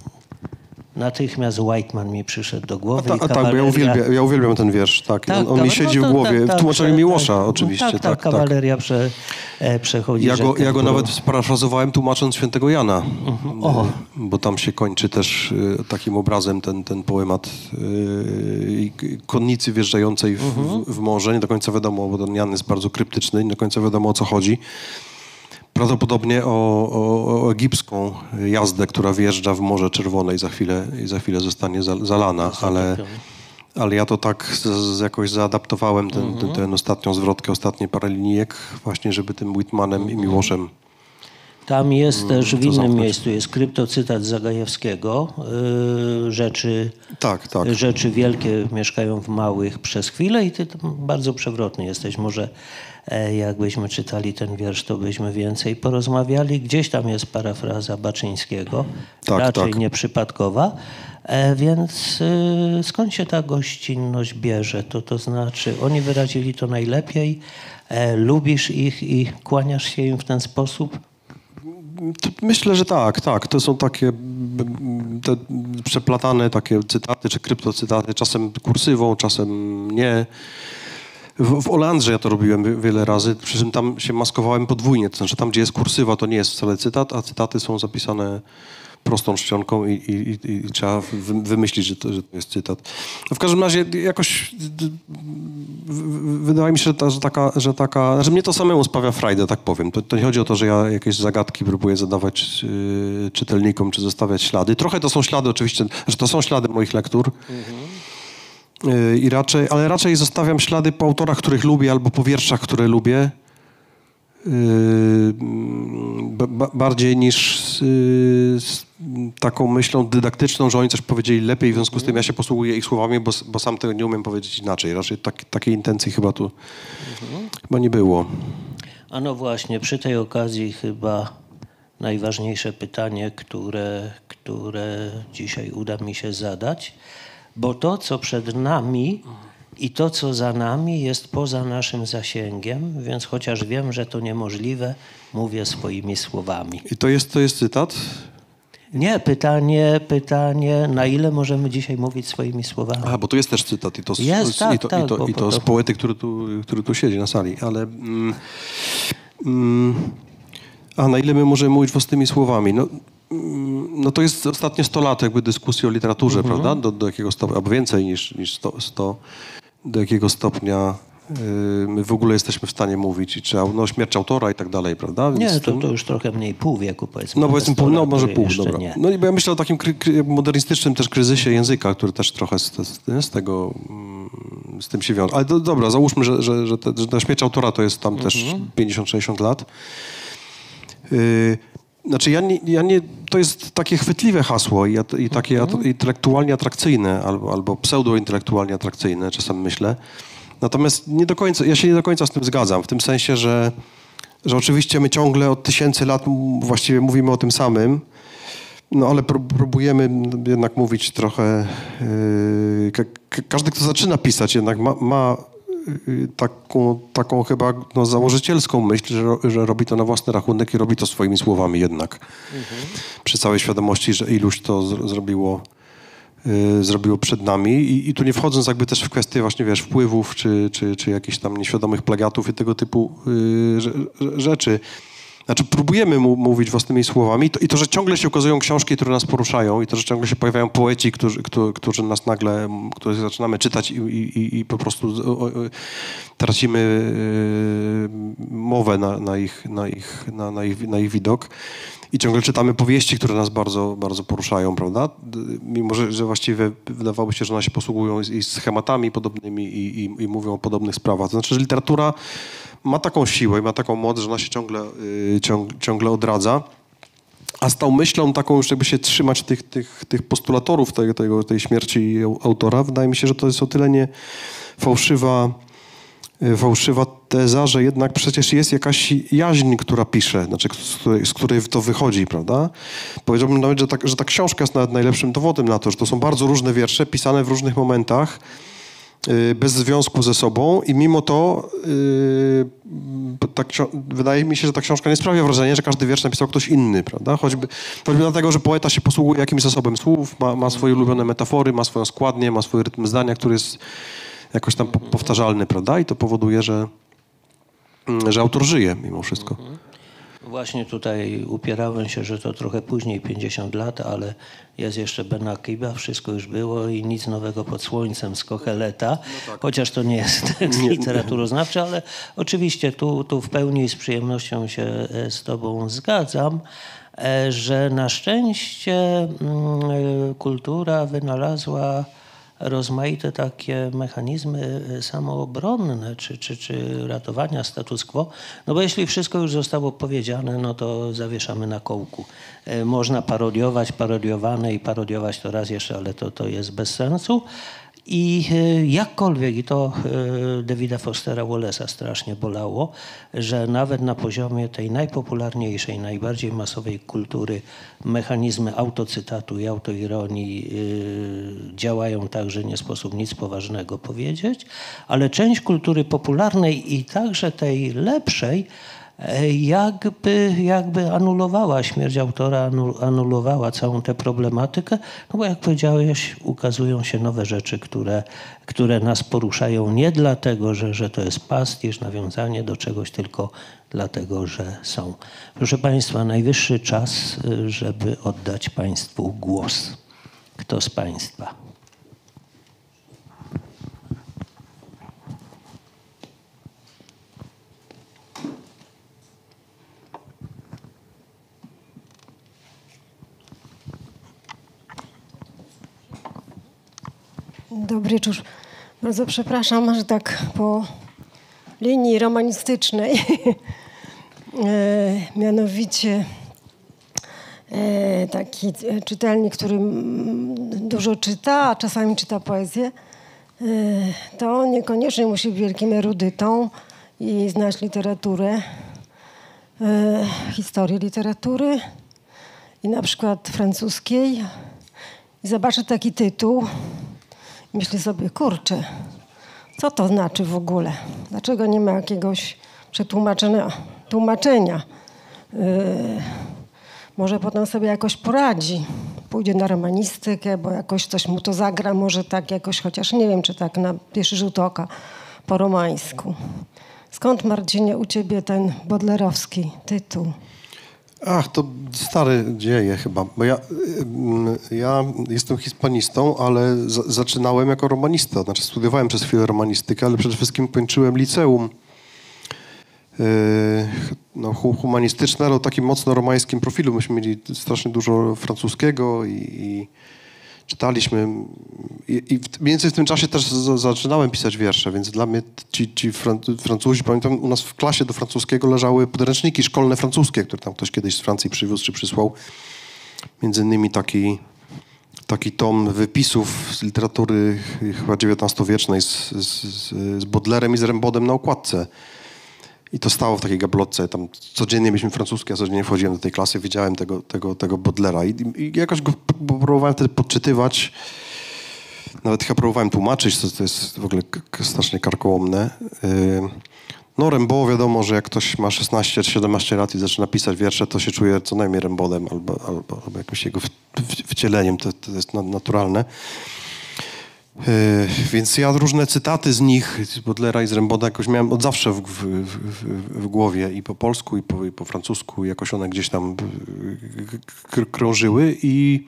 natychmiast Whiteman mi przyszedł do głowy. A, ta, a tak, bo ja uwielbiam, ja uwielbiam ten wiersz. Tak. tak on on mi siedzi no w głowie. Tak, w tłumaczeniu tak, Miłosza tak, oczywiście. Tak, tak, tak, tak. kawaleria prze, e, przechodzi Ja go, ja go górą. nawet sparafrazowałem tłumacząc Świętego Jana. Mhm. O. Bo tam się kończy też y, takim obrazem ten, ten poemat y, konnicy wjeżdżającej w, mhm. w, w morze. Nie do końca wiadomo, bo ten Jan jest bardzo kryptyczny. Nie do końca wiadomo, o co chodzi. Prawdopodobnie o, o, o egipską jazdę, która wjeżdża w Morze Czerwone i za chwilę, i za chwilę zostanie za, zalana, ale, ale ja to tak z, z jakoś zaadaptowałem ten, mm-hmm. ten, ten ostatnią zwrotkę, ostatnie parę linijek, właśnie żeby tym Whitmanem mm-hmm. i Miłoszem. Tam jest mm, też w innym zamknąć. miejscu, jest kryptocytat Zagajewskiego. Yy, rzeczy, tak, tak. rzeczy wielkie mieszkają w małych przez chwilę i ty tam bardzo przewrotny jesteś. Może e, jakbyśmy czytali ten wiersz, to byśmy więcej porozmawiali. Gdzieś tam jest parafraza Baczyńskiego, tak, raczej tak. nieprzypadkowa. E, więc e, skąd się ta gościnność bierze? To, to znaczy, oni wyrazili to najlepiej. E, lubisz ich i kłaniasz się im w ten sposób? Myślę, że tak, tak. To są takie te przeplatane takie cytaty czy kryptocytaty, czasem kursywą, czasem nie. W, w Oleandrze ja to robiłem wiele razy, przy czym tam się maskowałem podwójnie. To znaczy tam, gdzie jest kursywa, to nie jest wcale cytat, a cytaty są zapisane prostą czcionką i, i, i, i trzeba wy, wymyślić, że to, że to jest cytat. No w każdym razie jakoś wydaje mi się, że, ta, że taka, że taka, znaczy mnie to samemu sprawia frajdę, tak powiem. To, to nie chodzi o to, że ja jakieś zagadki próbuję zadawać yy, czytelnikom, czy zostawiać ślady. Trochę to są ślady oczywiście, że to są ślady moich lektur. Mhm. Yy, I raczej, ale raczej zostawiam ślady po autorach, których lubię, albo po wierszach, które lubię. B- bardziej niż z, z taką myślą dydaktyczną, że oni coś powiedzieli lepiej, w związku z tym ja się posługuję ich słowami, bo, bo sam tego nie umiem powiedzieć inaczej. Raczej tak, takiej intencji chyba tu mhm. chyba nie było. A no właśnie, przy tej okazji chyba najważniejsze pytanie, które, które dzisiaj uda mi się zadać, bo to, co przed nami i to, co za nami, jest poza naszym zasięgiem, więc chociaż wiem, że to niemożliwe, mówię swoimi słowami. I to jest, to jest cytat? Nie, pytanie, pytanie, na ile możemy dzisiaj mówić swoimi słowami? A, bo tu jest też cytat i to, z, jest, z, tak, i to, tak, i to, bo, i to bo, z poety, który tu, który tu siedzi na sali, ale... Mm, mm, a na ile my możemy mówić własnymi słowami? No, no to jest ostatnie sto lat jakby dyskusji o literaturze, mhm. prawda? Do, do jakiego stopnia, albo więcej niż, niż sto, sto, do jakiego stopnia yy, my w ogóle jesteśmy w stanie mówić, i czy no, śmierć autora i tak dalej, prawda? Więc nie, to, ten... to już trochę mniej pół wieku, powiedzmy. No powiedzmy pół, no może pół, dobra. Nie. No i bo ja myślę o takim kry, kry, modernistycznym też kryzysie języka, który też trochę z, z, z tego, z tym się wiąże. Ale do, dobra, załóżmy, że, że, że, te, że ta śmierć autora to jest tam mhm. też pięćdziesiąt sześćdziesiąt lat. Yy, Znaczy ja nie, ja nie, to jest takie chwytliwe hasło i, i takie at, intelektualnie atrakcyjne albo, albo pseudo-intelektualnie atrakcyjne, czasem myślę. Natomiast nie do końca, ja się nie do końca z tym zgadzam, w tym sensie, że, że oczywiście my ciągle od tysięcy lat właściwie mówimy o tym samym, no ale próbujemy jednak mówić trochę, yy, ka, każdy, kto zaczyna pisać, jednak ma, ma Taką, taką chyba no, założycielską myśl, że, że robi to na własny rachunek i robi to swoimi słowami jednak. Mhm. Przy całej świadomości, że iluś to z, zrobiło, y, zrobiło przed nami. I, I tu nie wchodząc jakby też w kwestie właśnie, wiesz, wpływów czy, czy, czy jakichś tam nieświadomych plagiatów i tego typu y, że, że, rzeczy. Znaczy próbujemy mu, mówić własnymi słowami I to, i to, że ciągle się ukazują książki, które nas poruszają i to, że ciągle się pojawiają poeci, którzy, którzy, którzy nas nagle, których zaczynamy czytać i, i, i po prostu o, o, tracimy y, mowę na, na, ich, na, ich, na, na, ich, na ich widok. I ciągle czytamy powieści, które nas bardzo, bardzo poruszają, prawda? Mimo, że, że właściwie wydawało się, że one się posługują i schematami podobnymi i, i, i mówią o podobnych sprawach. To znaczy, że literatura ma taką siłę, ma taką moc, że ona się ciągle, yy, ciąg, ciągle odradza. A z tą myślą taką już jakby się trzymać tych, tych, tych postulatorów tego, tego, tej śmierci autora, wydaje mi się, że to jest o tyle nie fałszywa, yy, fałszywa teza, że jednak przecież jest jakaś jaźń, która pisze, znaczy z której, z której to wychodzi, prawda? Powiedziałbym nawet, że ta, że ta książka jest nawet najlepszym dowodem na to, że to są bardzo różne wiersze pisane w różnych momentach, bez związku ze sobą i mimo to yy, ta, wydaje mi się, że ta książka nie sprawia wrażenia, że każdy wiersz napisał ktoś inny, prawda? Choćby, choćby dlatego, że poeta się posługuje jakimś zasobem słów, ma, ma swoje ulubione metafory, ma swoją składnię, ma swój rytm zdania, który jest jakoś tam po, powtarzalny, prawda? I to powoduje, że, że autor żyje mimo wszystko. Właśnie tutaj upierałem się, że to trochę później, pięćdziesiąt lat, ale jest jeszcze Ben Akiba, wszystko już było i nic nowego pod słońcem z Koheleta, no tak. Chociaż to nie jest tekst literaturoznawczy, ale oczywiście tu, tu w pełni z przyjemnością się z tobą zgadzam, że na szczęście kultura wynalazła rozmaite takie mechanizmy samoobronne czy, czy, czy ratowania status quo. No bo jeśli wszystko już zostało powiedziane, no to zawieszamy na kołku. Można parodiować parodiowane i parodiować to raz jeszcze, ale to, to jest bez sensu. I jakkolwiek, i to Davida Fostera Wallace'a strasznie bolało, że nawet na poziomie tej najpopularniejszej, najbardziej masowej kultury mechanizmy autocytatu i autoironii yy, działają tak, że nie sposób nic poważnego powiedzieć, ale część kultury popularnej i także tej lepszej jakby, jakby anulowała, śmierć autora anulowała całą tę problematykę, no bo jak powiedziałeś, ukazują się nowe rzeczy, które, które nas poruszają nie dlatego, że, że to jest pastisz, nawiązanie do czegoś, tylko dlatego, że są. Proszę Państwa, najwyższy czas, żeby oddać Państwu głos. Kto z Państwa? Dobry wieczór. Bardzo przepraszam, że tak po linii romanistycznej, e, mianowicie e, taki czytelnik, który dużo czyta, a czasami czyta poezję, e, to niekoniecznie musi być wielkim erudytą i znać literaturę, e, historię literatury i na przykład francuskiej i zobaczy taki tytuł. Myślę sobie, kurczę, co to znaczy w ogóle? Dlaczego nie ma jakiegoś przetłumaczenia, tłumaczenia? Yy, może potem sobie jakoś poradzi. Pójdzie na romanistykę, bo jakoś coś mu to zagra, może tak jakoś, chociaż nie wiem, czy tak na pierwszy rzut oka po romańsku. Skąd, Marcinie, u ciebie ten bodlerowski tytuł? Ach, to stare dzieje chyba, bo ja, ja jestem hispanistą, ale z, zaczynałem jako romanista, znaczy studiowałem przez chwilę romanistykę, ale przede wszystkim kończyłem liceum yy, no, humanistyczne, ale o takim mocno romańskim profilu. Myśmy mieli strasznie dużo francuskiego i, i czytaliśmy i, i mniej więcej w tym czasie też z, zaczynałem pisać wiersze, więc dla mnie ci, ci Francuzi, pamiętam, u nas w klasie do francuskiego leżały podręczniki szkolne francuskie, które tam ktoś kiedyś z Francji przywiózł czy przysłał. Między innymi taki, taki tom wypisów z literatury chyba dziewiętnastowiecznej z, z, z Baudelerem i z Rimbaudem na okładce. I to stało w takiej gablotce. Tam codziennie mieliśmy francuski, a codziennie wchodziłem do tej klasy, widziałem tego, tego, tego Baudelera. I, I jakoś go próbowałem wtedy podczytywać. Nawet chyba próbowałem tłumaczyć, to, to jest w ogóle k- strasznie karkołomne. Yy, no Rimbaud, wiadomo, że jak ktoś ma szesnaście czy siedemnaście lat i zaczyna pisać wiersze, to się czuje co najmniej Rimbaudem albo, albo, albo jakimś jego w, w, wcieleniem. To, to jest na, naturalne. Yy, więc ja różne cytaty z nich, z Baudelera i z Rimbauda jakoś miałem od zawsze w, w, w, w głowie i po polsku, i po, i po francusku. Jakoś one gdzieś tam k- krążyły i,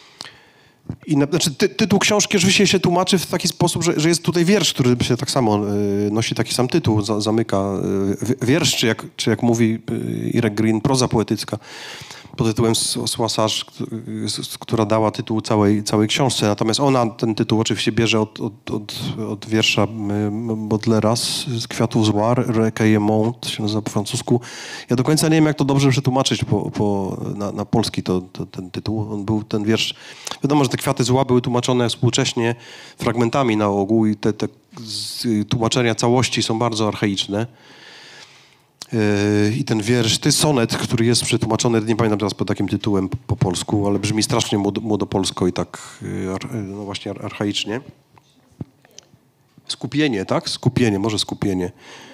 i na, znaczy ty, tytuł książki oczywiście się tłumaczy w taki sposób, że, że jest tutaj wiersz, który się tak samo yy, nosi taki sam tytuł, za, zamyka yy, wiersz, czy jak, czy jak mówi yy, Irek Green, proza poetycka pod tytułem Soissage, która dała tytuł całej, całej książce. Natomiast ona ten tytuł oczywiście bierze od, od, od, od wiersza Baudelera z, z Kwiatów zła, Recueillement się nazywa po francusku. Ja do końca nie wiem, jak to dobrze przetłumaczyć po, po, na, na polski to, to, ten tytuł. On był ten wiersz... Wiadomo, że te Kwiaty zła były tłumaczone współcześnie fragmentami na ogół i te, te tłumaczenia całości są bardzo archaiczne. I ten wiersz, to jest sonet, który jest przetłumaczony, nie pamiętam teraz pod takim tytułem po, po polsku, ale brzmi strasznie młod, młodopolsko i tak no właśnie archaicznie. Skupienie, tak? Skupienie, może skupienie.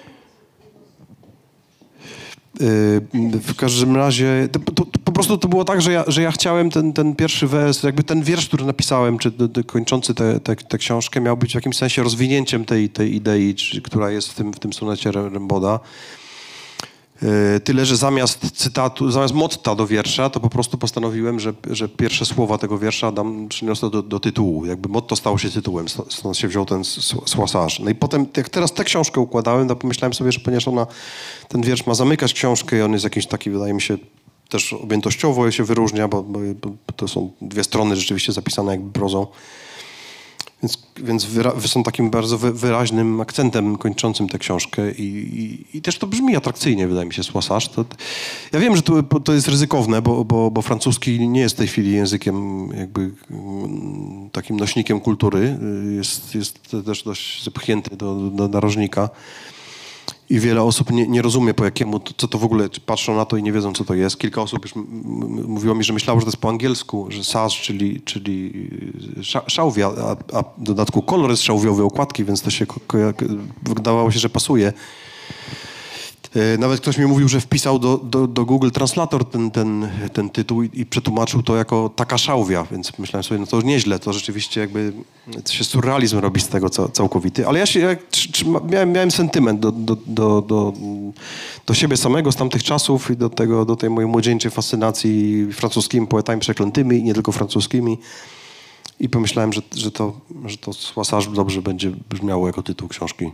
W każdym razie, to, to, to po prostu to było tak, że ja, że ja chciałem ten, ten pierwszy wers, jakby ten wiersz, który napisałem, czy do, do, kończący tę te, te, te książkę, miał być w jakimś sensie rozwinięciem tej, tej idei, czy, która jest w tym, w tym sonecie Rimbauda. Tyle, że zamiast cytatu, zamiast motta do wiersza, to po prostu postanowiłem, że, że pierwsze słowa tego wiersza dam, przyniosę do, do tytułu. Jakby motto stało się tytułem, stąd się wziął ten Soissage. No i potem, jak teraz tę książkę układałem, to pomyślałem sobie, że ponieważ ona, ten wiersz ma zamykać książkę i on jest jakiś taki, wydaje mi się, też objętościowo się wyróżnia, bo, bo, bo to są dwie strony rzeczywiście zapisane jakby prozą. Więc, więc wyra- są takim bardzo wy- wyraźnym akcentem kończącym tę książkę i, i, i też to brzmi atrakcyjnie, wydaje mi się, Soissage. To, ja wiem, że to, to jest ryzykowne, bo, bo, bo francuski nie jest w tej chwili językiem jakby mm, takim nośnikiem kultury. Jest, jest też dość zepchnięty do, do narożnika. I wiele osób nie, nie rozumie, po jakiemu, co to w ogóle, patrzą na to i nie wiedzą, co to jest. Kilka osób już m- m- mówiło mi, że myślało, że to jest po angielsku, że sage, czyli, czyli sza, szałwia, a, a w dodatku kolor jest szałwiowy, okładki, więc to się ko- ko- wydawało się, że pasuje. Nawet ktoś mi mówił, że wpisał do, do, do Google Translator ten, ten, ten tytuł i, i przetłumaczył to jako taka szałwia, więc myślałem sobie, no to nieźle, to rzeczywiście jakby to się surrealizm robi z tego całkowity. Ale ja się ja, miałem, miałem sentyment do, do, do, do, do siebie samego z tamtych czasów i do, tego, do tej mojej młodzieńczej fascynacji francuskimi poetami przeklętymi i nie tylko francuskimi. I pomyślałem, że, że to, że to Soissage dobrze będzie brzmiało jako tytuł książki.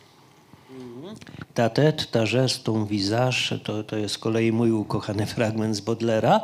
Ta tête, ta geste, ton visage, to, to jest z kolei mój ukochany fragment z Baudelaire'a.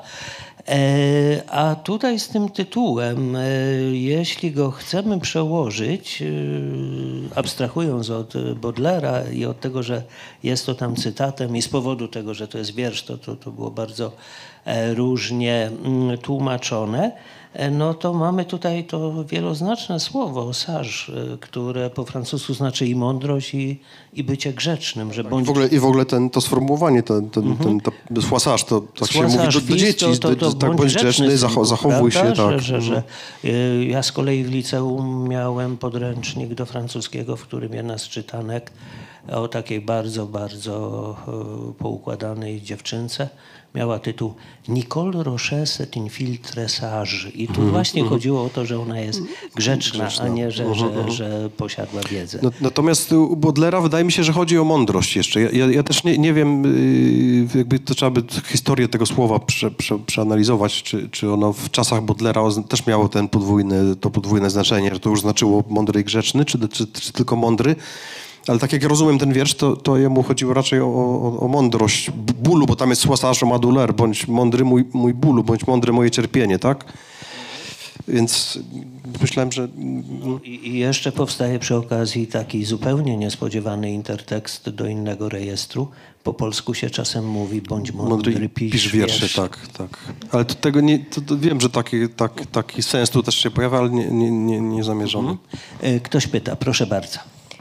E, a tutaj z tym tytułem, e, jeśli go chcemy przełożyć, e, abstrahując od Baudelaire'a i od tego, że jest to tam cytatem i z powodu tego, że to jest wiersz, to, to, to było bardzo e, różnie m, tłumaczone, no to mamy tutaj to wieloznaczne słowo sage, które po francusku znaczy i mądrość, i, i bycie grzecznym. Że bądź... I w ogóle, i w ogóle ten, to sformułowanie, ten, ten, mm-hmm. ten, to soissage, to tak się mówi do, do dzieci, to, to, to tak bądź, bądź grzeczny, zacho, zachowuj prawda? się. Tak. Że, że, że, y, ja z kolei w liceum miałem podręcznik do francuskiego, w którym jedna z czytanek o takiej bardzo, bardzo y, poukładanej dziewczynce miała tytuł Nicole Rochet c'est une fille très sage. I tu mm-hmm. właśnie chodziło o to, że ona jest grzeczna, grzeczna. a nie, że, mm-hmm. że, że posiadła wiedzę. No, natomiast u Baudelaire'a wydaje mi się, że chodzi o mądrość jeszcze. Ja, ja, ja też nie, nie wiem, jakby to trzeba by historię tego słowa prze, prze, przeanalizować, czy, czy ono w czasach Baudelaire'a też miało ten podwójny, to podwójne znaczenie, że to już znaczyło mądry i grzeczny, czy, czy, czy tylko mądry. Ale tak jak ja rozumiem ten wiersz, to, to jemu chodziło raczej o, o, o mądrość bólu, bo tam jest Soissage ma douleur, bądź mądry mój, mój bólu, bądź mądre moje cierpienie, tak? Więc myślałem, że... No i jeszcze powstaje przy okazji taki zupełnie niespodziewany intertekst do innego rejestru. Po polsku się czasem mówi bądź mądry, mądry pisz, pisz wiersze. Wiersz. Tak, tak. Ale to tego nie, to, to wiem, że taki, tak, taki sens tu też się pojawia, ale nie, nie, nie, nie zamierzony. Mhm. Ktoś pyta, proszę bardzo.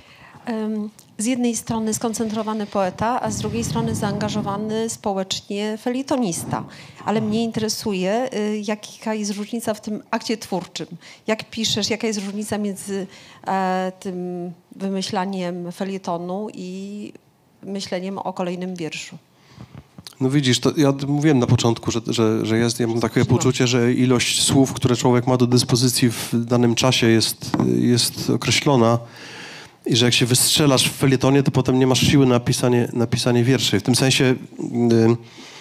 Z jednej strony skoncentrowany poeta, a z drugiej strony zaangażowany społecznie felietonista. Ale mnie interesuje, jaka jest różnica w tym akcie twórczym. Jak piszesz, jaka jest różnica między e, tym wymyślaniem felietonu i myśleniem o kolejnym wierszu? No widzisz, to ja mówiłem na początku, że, że, że jest, ja mam takie poczucie, że ilość słów, które człowiek ma do dyspozycji w danym czasie jest, jest określona. I że jak się wystrzelasz w felietonie, to potem nie masz siły na pisanie, na pisanie wierszy. W tym sensie... Yy,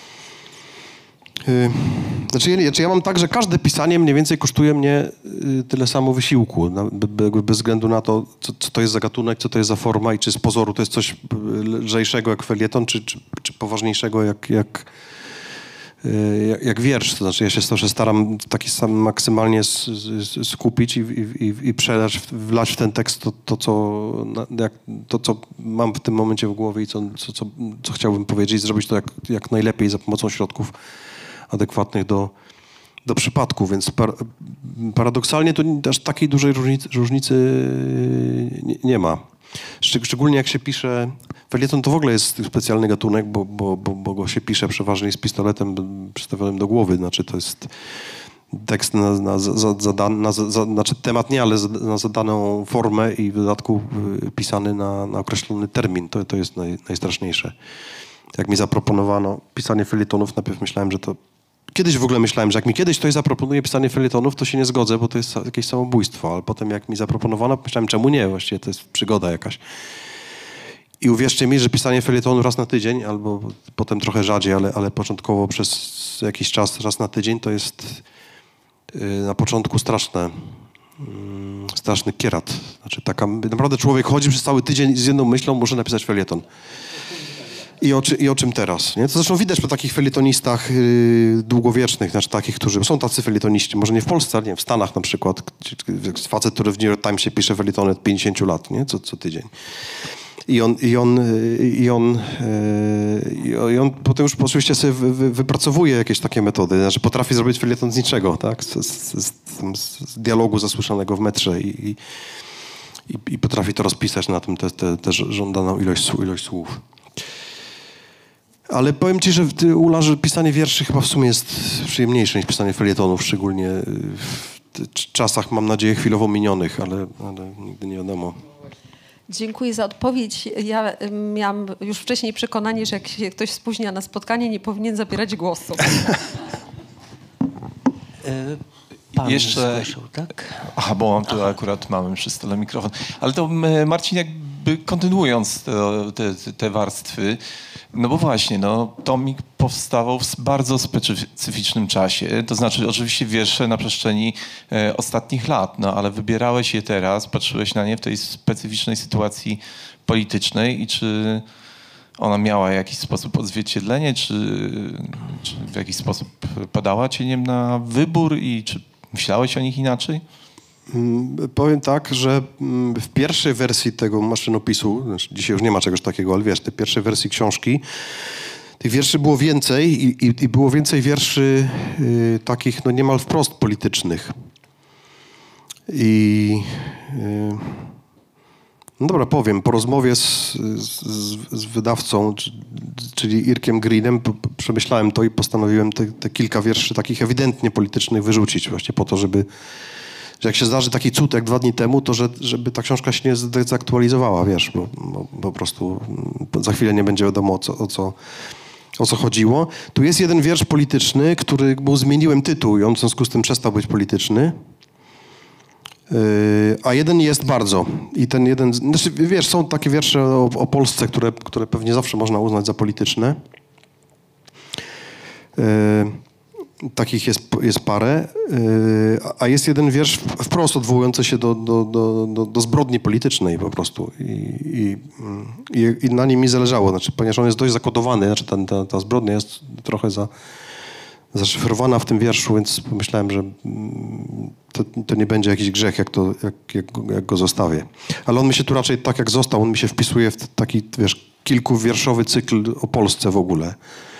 yy, znaczy, ja, znaczy ja mam tak, że każde pisanie mniej więcej kosztuje mnie yy, tyle samo wysiłku. Na, by, bez względu na to, co, co to jest za gatunek, co to jest za forma i czy z pozoru to jest coś lżejszego jak felieton, czy, czy, czy poważniejszego jak... jak Jak, jak wiersz, to znaczy ja się to, że staram taki sam maksymalnie s, s, skupić i, i, i przelać, wlać w ten tekst to, to, co, jak, to, co mam w tym momencie w głowie i co, co, co, co chciałbym powiedzieć, zrobić to jak, jak najlepiej za pomocą środków adekwatnych do, do przypadku, więc par, paradoksalnie to aż takiej dużej różnicy, różnicy nie, nie ma. Szczególnie jak się pisze... Felieton to w ogóle jest specjalny gatunek, bo, bo, bo, bo go się pisze przeważnie z pistoletem przystawionym do głowy. Znaczy to jest tekst na, na, za, za, na za, znaczy temat nie, ale na zadaną formę i w dodatku pisany na, na określony termin. To, to jest naj, najstraszniejsze. Jak mi zaproponowano pisanie felietonów, najpierw myślałem, że to... Kiedyś w ogóle myślałem, że jak mi kiedyś ktoś zaproponuje pisanie felietonów, to się nie zgodzę, bo to jest jakieś samobójstwo. Ale potem jak mi zaproponowano, myślałem, czemu nie? Właściwie to jest przygoda jakaś. I uwierzcie mi, że pisanie felietonu raz na tydzień, albo potem trochę rzadziej, ale, ale początkowo przez jakiś czas, raz na tydzień, to jest yy, na początku straszne, yy, straszny kierat. Znaczy taka, naprawdę człowiek chodzi przez cały tydzień z jedną myślą, muszę napisać felieton. I o, czy, I o czym teraz? Nie? To zresztą widać po takich felietonistach yy, długowiecznych, znaczy takich, którzy są tacy felietoniści, może nie w Polsce, ale nie, w Stanach na przykład. Facet, który w New York Timesie pisze felietony od pięćdziesięciu lat, nie? Co, co tydzień. I on, i on, i on, i on potem już oczywiście sobie wy, wy, wypracowuje jakieś takie metody, znaczy potrafi zrobić felieton z niczego, tak? Z, z, z, z dialogu zasłyszanego w metrze i, i, i potrafi to rozpisać na tym tę te, te żądaną ilość, ilość słów. Ale powiem ci, że Ula, że pisanie wierszy chyba w sumie jest przyjemniejsze niż pisanie felietonów, szczególnie w czasach, mam nadzieję, chwilowo minionych, ale, ale nigdy nie wiadomo. Dziękuję za odpowiedź. Ja y, miałam już wcześniej przekonanie, że jak się ktoś spóźnia na spotkanie, nie powinien zabierać głosu. Pan Jeszcze- zgłosił, tak? Aha, bo mam tu akurat mamy przy stole mikrofon. Ale to m, Marcin, jakby kontynuując te, te, te warstwy, no bo właśnie, no, tomik powstawał w bardzo specyficznym czasie. To znaczy oczywiście wiersze na przestrzeni e, ostatnich lat, no ale wybierałeś je teraz, patrzyłeś na nie w tej specyficznej sytuacji politycznej i czy ona miała w jakiś sposób odzwierciedlenie, czy, czy w jakiś sposób padała cieniem na wybór i czy myślałeś o nich inaczej? Mm, Powiem tak, że mm, w pierwszej wersji tego maszynopisu, znaczy dzisiaj już nie ma czegoś takiego, ale wiesz, tej pierwszej wersji książki, tych wierszy było więcej i, i, i było więcej wierszy y, takich no niemal wprost politycznych. I y, no dobra, powiem, po rozmowie z, z, z wydawcą, czy- czyli Irkiem Greenem, p- p- przemyślałem to i postanowiłem te, te kilka wierszy takich ewidentnie politycznych wyrzucić właśnie po to, żeby że jak się zdarzy taki cud jak dwa dni temu, to że, żeby ta książka się nie zdezaktualizowała, wiesz, bo, bo, bo po prostu mm, za chwilę nie będzie wiadomo o co, o co, o co chodziło. Tu jest jeden wiersz polityczny, który, bo zmieniłem tytuł i on w związku z tym przestał być polityczny. Yy, a jeden jest bardzo. I ten jeden, znaczy, wiesz, są takie wiersze o, o Polsce, które, które pewnie zawsze można uznać za polityczne. Yy, Takich jest, jest parę, yy, a jest jeden wiersz wprost odwołujący się do, do, do, do, do zbrodni politycznej po prostu. I, i, i, i na nim mi zależało, znaczy, ponieważ on jest dość zakodowany, znaczy ta, ta, ta zbrodnia jest trochę za, zaszyfrowana w tym wierszu, więc pomyślałem, że mm, to, to nie będzie jakiś grzech, jak, to, jak, jak, go- jak go zostawię. Ale on mi się tu raczej tak jak został, on mi się wpisuje w taki, wiesz, kilkuwierszowy cykl o Polsce w ogóle.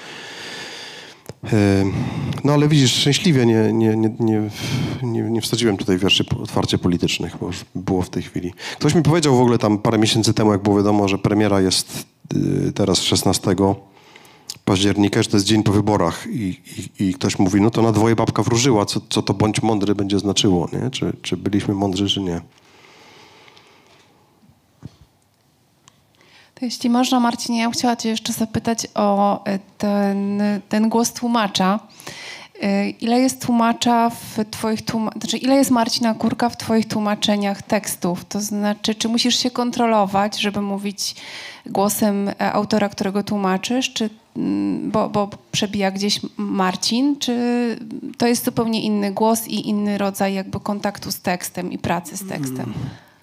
No ale widzisz, szczęśliwie nie, nie, nie, nie, nie, nie wsadziłem tutaj wierszy otwarcie politycznych, bo już było w tej chwili. Ktoś mi powiedział w ogóle tam parę miesięcy temu, jak było wiadomo, że premiera jest y, teraz szesnastego października, że to jest dzień po wyborach i, i, i ktoś mówi, no to na dwoje babka wróżyła, co, co to bądź mądry będzie znaczyło, nie? Czy, czy byliśmy mądrzy, czy nie. To jeśli można, Marcinie, ja bym chciała cię jeszcze zapytać o e, ten, ten głos tłumacza. E, Ile jest tłumacza w twoich tłuma- znaczy ile jest Marcina Kurka w twoich tłumaczeniach tekstów? To znaczy, czy musisz się kontrolować, żeby mówić głosem e, autora, którego tłumaczysz, czy, mm, bo, bo przebija gdzieś Marcin, czy to jest zupełnie inny głos i inny rodzaj jakby kontaktu z tekstem i pracy z tekstem?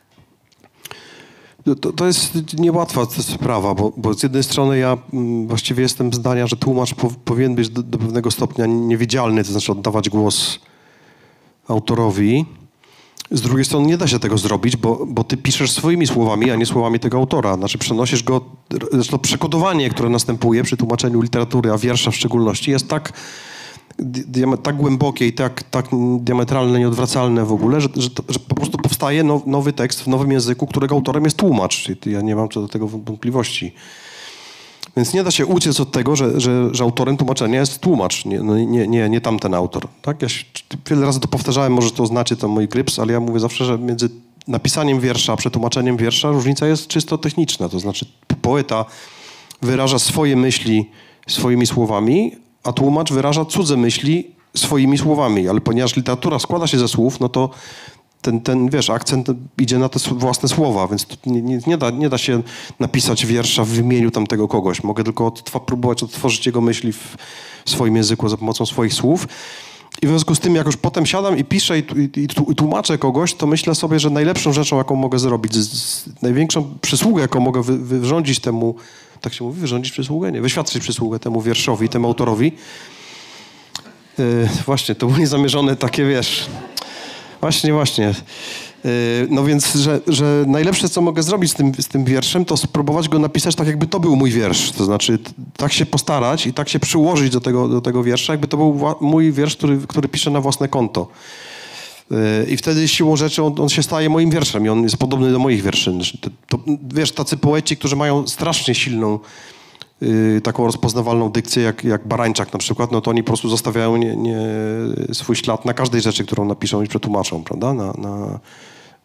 To, to jest niełatwa sprawa, bo, bo z jednej strony ja mm, właściwie jestem zdania, że tłumacz po, powinien być do, do pewnego stopnia niewidzialny, to znaczy oddawać głos autorowi. Z drugiej strony nie da się tego zrobić, bo, bo ty piszesz swoimi słowami, a nie słowami tego autora. Znaczy przenosisz go, zresztą przekodowanie, które następuje przy tłumaczeniu literatury, a wiersza w szczególności, jest tak, diame- tak głębokie i tak, tak diametralne, nieodwracalne w ogóle, że, że, to, że po prostu powstaje now, nowy tekst w nowym języku, którego autorem jest tłumacz. I ja nie mam co do tego wątpliwości. Więc nie da się uciec od tego, że, że, że autorem tłumaczenia jest tłumacz, nie, no nie, nie, nie tamten autor. Tak? Ja się, wiele razy to powtarzałem, może to znacie, to mój gryps, ale ja mówię zawsze, że między napisaniem wiersza a przetłumaczeniem wiersza różnica jest czysto techniczna. To znaczy poeta wyraża swoje myśli swoimi słowami, a tłumacz wyraża cudze myśli swoimi słowami. Ale ponieważ literatura składa się ze słów, no to ten, ten wiesz, akcent idzie na te sw- własne słowa, więc to nie, nie, nie, da, nie da się napisać wiersza w imieniu tamtego kogoś. Mogę tylko odtwa- próbować odtworzyć jego myśli w swoim języku za pomocą swoich słów. I w związku z tym, jak już potem siadam i piszę i, i, i tłumaczę kogoś, to myślę sobie, że najlepszą rzeczą, jaką mogę zrobić, z, z, największą przysługę, jaką mogę wy, wyrządzić temu, tak się mówi, wyrządzić przysługę? Nie, wyświadczyć przysługę temu wierszowi, temu autorowi. Yy, właśnie, to było niezamierzone takie, wiesz... Właśnie, właśnie. Yy, no więc, że, że najlepsze, co mogę zrobić z tym, z tym wierszem, to spróbować go napisać tak, jakby to był mój wiersz. To znaczy t- tak się postarać i tak się przyłożyć do tego, do tego wiersza, jakby to był wła- mój wiersz, który, który piszę na własne konto. Yy, I wtedy siłą rzeczy on, on się staje moim wierszem i on jest podobny do moich wierszy. Znaczy, To, to, wiesz, tacy poeci, którzy mają strasznie silną Yy, taką rozpoznawalną dykcję, jak, jak Barańczak na przykład, no to oni po prostu zostawiają nie, nie, swój ślad na każdej rzeczy, którą napiszą i przetłumaczą, prawda? Na, na,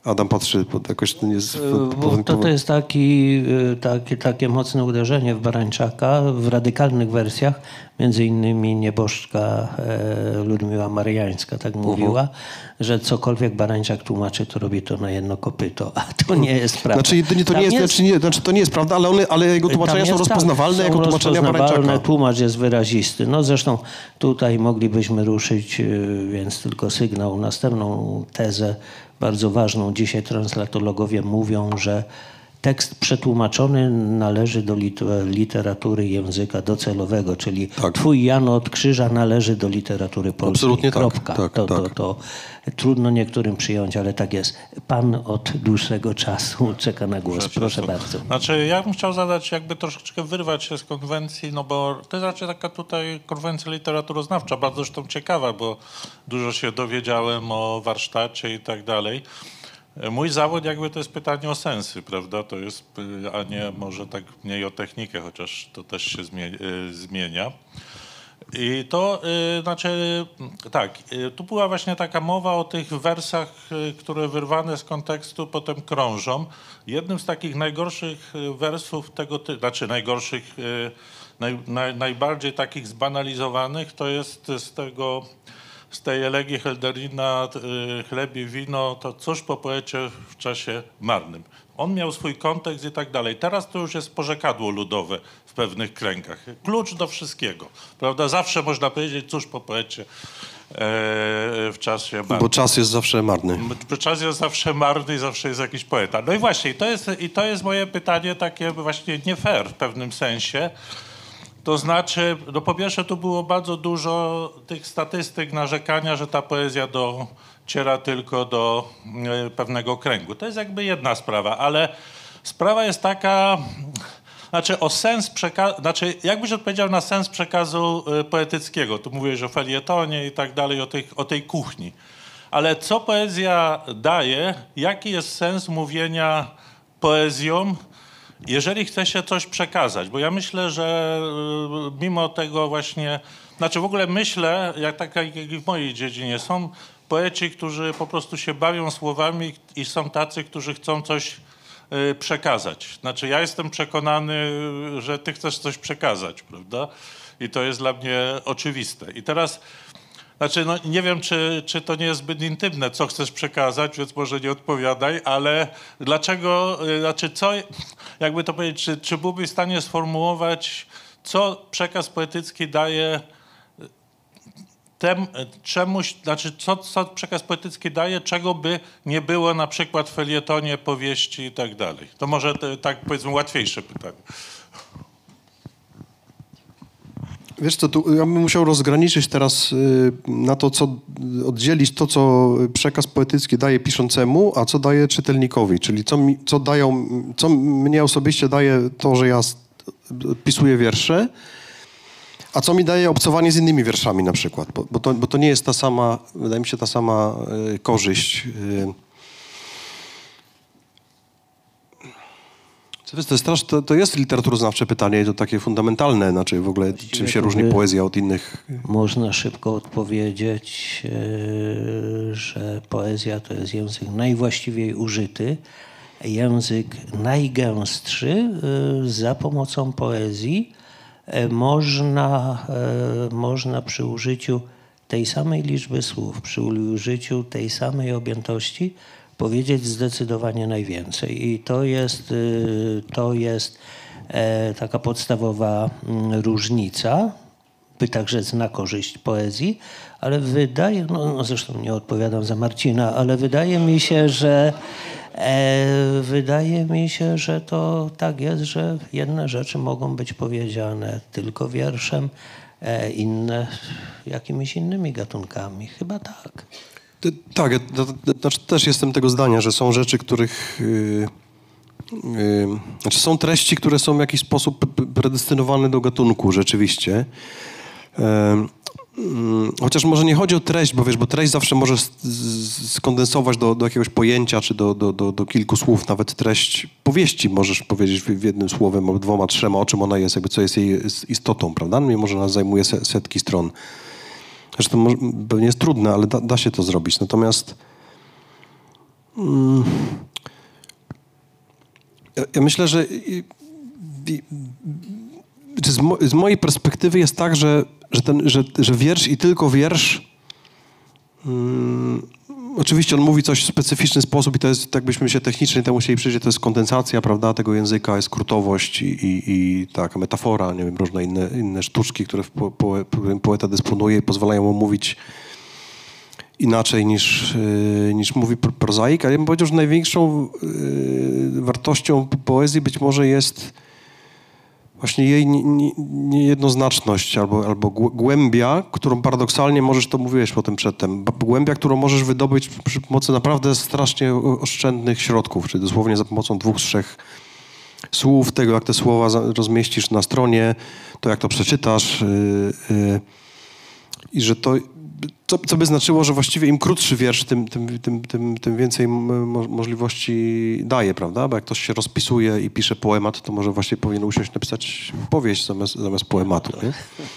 Adam patrzy, bo jakoś to nie jest... Bo to, to jest taki, taki, takie mocne uderzenie w Barańczaka w radykalnych wersjach. Między innymi nieboszczka e, Ludmiła Mariańska tak mówiła, że cokolwiek Barańczak tłumaczy, to robi to na jedno kopyto, a to nie jest prawda. Znaczy to nie, to nie, jest, jest, znaczy, nie, znaczy, to nie jest prawda, ale, one, ale jego tłumaczenia są rozpoznawalne tak, jako tłumaczenia Barańczaka. Tłumacz jest wyrazisty. No zresztą tutaj moglibyśmy ruszyć, więc tylko sygnał, następną tezę bardzo ważną. Dzisiaj translatologowie mówią, że tekst przetłumaczony należy do literatury języka docelowego, czyli tak. Twój Jano od Krzyża należy do literatury polskiej. Absolutnie Kropka. tak. tak, to, tak. To, to, to trudno niektórym przyjąć, ale tak jest. Pan od dłuższego czasu czeka na głos. Proszę, Proszę bardzo. Znaczy, ja bym chciał zadać, jakby troszeczkę wyrwać się z konwencji, no bo to jest raczej taka tutaj konwencja literaturoznawcza, bardzo zresztą ciekawa, bo dużo się dowiedziałem o warsztacie i tak dalej. Mój zawód jakby to jest pytanie o sensy, prawda? To jest, a nie może tak mniej o technikę, chociaż to też się zmienia. I to y, znaczy, tak, y, tu była właśnie taka mowa o tych wersach, y, które wyrwane z kontekstu potem krążą. Jednym z takich najgorszych wersów tego typu, znaczy najgorszych, y, naj, naj, najbardziej takich zbanalizowanych, to jest z tego... z tej elegii Helderina, y, chleb i wino, to cóż po poecie w czasie marnym. On miał swój kontekst i tak dalej. Teraz to już jest porzekadło ludowe w pewnych kręgach. Klucz do wszystkiego, prawda? Zawsze można powiedzieć, cóż po poecie e, w czasie marnym. Bo czas jest zawsze marny. Bo czas jest zawsze marny i zawsze jest jakiś poeta. No i właśnie, i to jest, i to jest moje pytanie takie właśnie nie fair w pewnym sensie. To znaczy, no po pierwsze tu było bardzo dużo tych statystyk narzekania, że ta poezja dociera tylko do y, pewnego kręgu. To jest jakby jedna sprawa, ale sprawa jest taka, znaczy o sens przekazu, znaczy jakbyś odpowiedział na sens przekazu y, poetyckiego. Tu mówisz o felietonie i tak dalej, o, tych, o tej kuchni. Ale co poezja daje, jaki jest sens mówienia poezją, jeżeli chce się coś przekazać, bo ja myślę, że mimo tego właśnie, znaczy w ogóle myślę, jak tak jak w mojej dziedzinie, są poeci, którzy po prostu się bawią słowami i są tacy, którzy chcą coś przekazać. Znaczy ja jestem przekonany, że ty chcesz coś przekazać, prawda? I to jest dla mnie oczywiste. I teraz, znaczy no nie wiem, czy, czy to nie jest zbyt intymne, co chcesz przekazać, więc może nie odpowiadaj, ale dlaczego, znaczy co, jakby to powiedzieć, czy, czy byłbyś w stanie sformułować, co przekaz poetycki daje tem, czemuś, znaczy co, co przekaz poetycki daje, czego by nie było na przykład w felietonie, powieści i tak dalej. To może te, tak powiedzmy łatwiejsze pytanie. Wiesz co, tu ja bym musiał rozgraniczyć teraz y, na to, co oddzielić to, co przekaz poetycki daje piszącemu, a co daje czytelnikowi, czyli co, mi, co dają, co mnie osobiście daje to, że ja pisuję wiersze, a co mi daje obcowanie z innymi wierszami na przykład, bo, bo, to, bo to nie jest ta sama, wydaje mi się, ta sama y, korzyść. Y, To jest, to, to jest literaturoznawcze pytanie i to takie fundamentalne, znaczy w ogóle właściwie czym się różni poezja od innych. Można szybko odpowiedzieć, że poezja to jest język najwłaściwiej użyty, język najgęstszy. Za pomocą poezji można, można przy użyciu tej samej liczby słów, przy użyciu tej samej objętości powiedzieć zdecydowanie najwięcej. I to jest, to jest taka podstawowa różnica, by także na korzyść poezji, ale wydaje, no, no zresztą nie odpowiadam za Marcina, ale wydaje mi się, że e, wydaje mi się, że to tak jest, że jedne rzeczy mogą być powiedziane tylko wierszem, e, inne jakimiś innymi gatunkami. Chyba tak. Tak, ja znaczy też jestem tego zdania, że są rzeczy, których... Yy, yy, znaczy są treści, które są w jakiś sposób predestynowane do gatunku rzeczywiście. Yy, yy, chociaż może nie chodzi o treść, bo wiesz, bo treść zawsze może skondensować do, do jakiegoś pojęcia, czy do, do, do, do kilku słów. Nawet treść powieści możesz powiedzieć w, w jednym słowem, albo dwoma, trzema, o czym ona jest, jakby co jest jej istotą, prawda? Mimo że ona zajmuje setki stron. Zresztą pewnie jest trudne, ale da, da się to zrobić. Natomiast Mm. Ja, ja myślę, że i, i, z, mo, z mojej perspektywy jest tak, że, że, ten, że, że wiersz i tylko wiersz, mm, oczywiście on mówi coś w specyficzny sposób i to jest, tak byśmy się technicznie temu musieli przyjrzeć, to jest kondensacja, prawda, tego języka, jest skrótowość i, i, i taka metafora, nie wiem, różne inne, inne sztuczki, które w po, po, którym poeta dysponuje i pozwalają mu mówić inaczej niż, yy, niż mówi prozaik, ale ja bym powiedział, że największą yy, wartością poezji być może jest właśnie jej niejednoznaczność albo, albo głębia, którą paradoksalnie możesz, to mówiłeś potem przedtem, głębia, którą możesz wydobyć przy pomocy naprawdę strasznie oszczędnych środków, czyli dosłownie za pomocą dwóch, trzech słów, tego jak te słowa rozmieścisz na stronie, to jak to przeczytasz yy, yy, i że to Co, co by znaczyło, że właściwie im krótszy wiersz, tym, tym, tym, tym, tym więcej mo- możliwości daje, prawda? Bo jak ktoś się rozpisuje i pisze poemat, to może właśnie powinien usiąść napisać powieść zamiast, zamiast poematu, nie?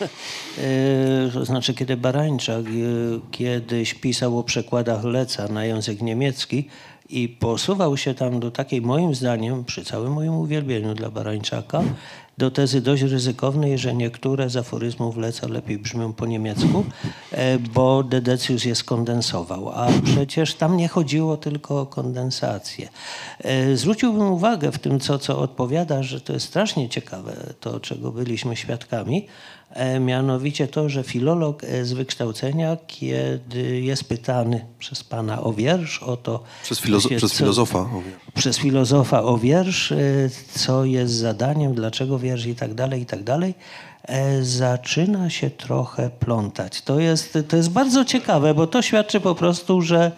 To znaczy, kiedy Barańczak kiedyś pisał o przekładach Leca na język niemiecki i posuwał się tam do takiej, moim zdaniem, przy całym moim uwielbieniu dla Barańczaka, do tezy dość ryzykownej, że niektóre z aforyzmów Leca lepiej brzmią po niemiecku, bo Dedecius je skondensował. A przecież tam nie chodziło tylko o kondensację. Zwróciłbym uwagę w tym, co, co odpowiada, że to jest strasznie ciekawe, to czego byliśmy świadkami, mianowicie to, że filolog z wykształcenia, kiedy jest pytany przez pana o wiersz, o to... Przez, filozo- się, przez co, filozofa o wiersz. Przez filozofa o wiersz, co jest zadaniem, dlaczego wiersz i tak dalej, i tak dalej, zaczyna się trochę plątać. To jest, to jest bardzo ciekawe, bo to świadczy po prostu, że,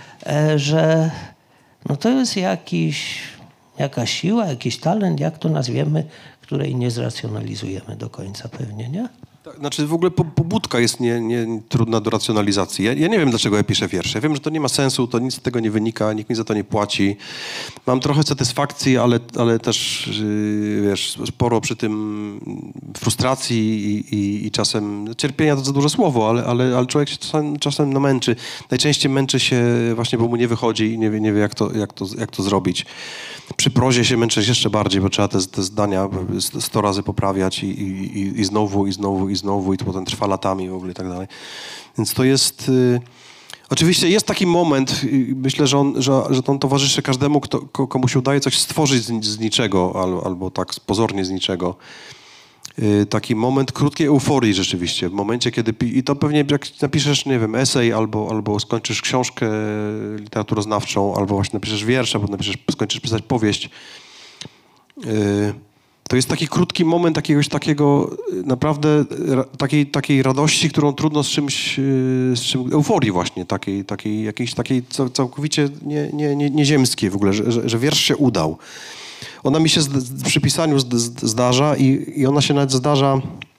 że no to jest jakiś, jakaś siła, jakiś talent, jak to nazwiemy, której nie zracjonalizujemy do końca pewnie, nie? Tak, znaczy w ogóle po, pobudka jest nie, nie trudna do racjonalizacji. Ja, ja nie wiem, dlaczego ja piszę wiersze. Ja wiem, że to nie ma sensu, to nic z tego nie wynika, nikt mi za to nie płaci. Mam trochę satysfakcji, ale, ale też yy, wiesz, sporo przy tym frustracji i, i, i czasem cierpienia to za duże słowo, ale, ale, ale człowiek się czasem, czasem namęczy. Najczęściej męczy się właśnie, bo mu nie wychodzi i nie wie, nie wie jak, to, jak, to, jak to zrobić. Przy prozie się męczę jeszcze bardziej, bo trzeba te, te zdania sto razy poprawiać i, i, i znowu, i znowu, i znowu, i to potem trwa latami w ogóle i tak dalej. Więc to jest... Y, oczywiście jest taki moment, y, myślę, że on, że, że on towarzyszy każdemu, kto, komu się udaje coś stworzyć z, z niczego, albo, albo tak pozornie z niczego. Y, taki moment krótkiej euforii rzeczywiście. W momencie, kiedy... I to pewnie jak napiszesz, nie wiem, esej, albo, albo skończysz książkę literaturoznawczą, albo właśnie napiszesz wiersz, albo napiszesz, skończysz pisać powieść. Y, to jest taki krótki moment jakiegoś takiego naprawdę ra, takiej, takiej radości, którą trudno z czymś, z czym, euforii właśnie, takiej, takiej jakiejś takiej całkowicie nie, nie, nie, nieziemskiej w ogóle, że, że, że wiersz się udał. Ona mi się z, przy pisaniu z, z, zdarza i, i ona się nawet zdarza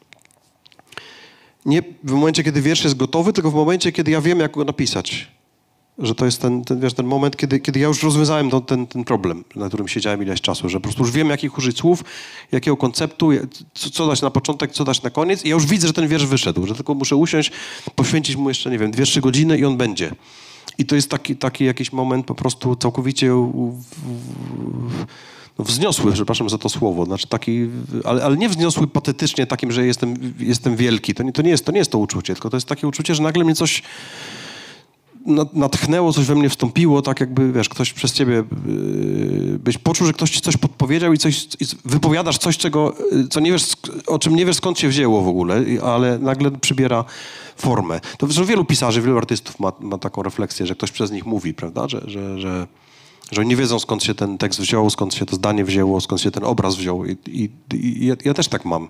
nie w momencie, kiedy wiersz jest gotowy, tylko w momencie, kiedy ja wiem, jak go napisać. Że to jest ten, ten, wiesz, ten moment, kiedy, kiedy ja już rozwiązałem to, ten, ten problem, na którym siedziałem ileś czasu, że po prostu już wiem, jakich użyć słów, jakiego konceptu, co, co dać na początek, co dać na koniec i ja już widzę, że ten wiersz wyszedł, że tylko muszę usiąść, poświęcić mu jeszcze, nie wiem, dwie, trzy godziny i on będzie. I to jest taki, taki jakiś moment po prostu całkowicie u, u, no wzniosły, przepraszam za to słowo, znaczy taki, ale, ale nie wzniosły patetycznie takim, że jestem, jestem wielki. To nie, to, nie jest, to nie jest to uczucie, tylko to jest takie uczucie, że nagle mnie coś natchnęło, coś we mnie wstąpiło, tak jakby, wiesz, ktoś przez ciebie yy, byś poczuł, że ktoś ci coś podpowiedział i coś, i wypowiadasz coś, czego, co nie wiesz, o czym nie wiesz, skąd się wzięło w ogóle, ale nagle przybiera formę. To zresztą wielu pisarzy, wielu artystów ma, ma taką refleksję, że ktoś przez nich mówi, prawda, że, że, że, że oni nie wiedzą, skąd się ten tekst wziął, skąd się to zdanie wzięło, skąd się ten obraz wziął i, i, i ja, ja też tak mam.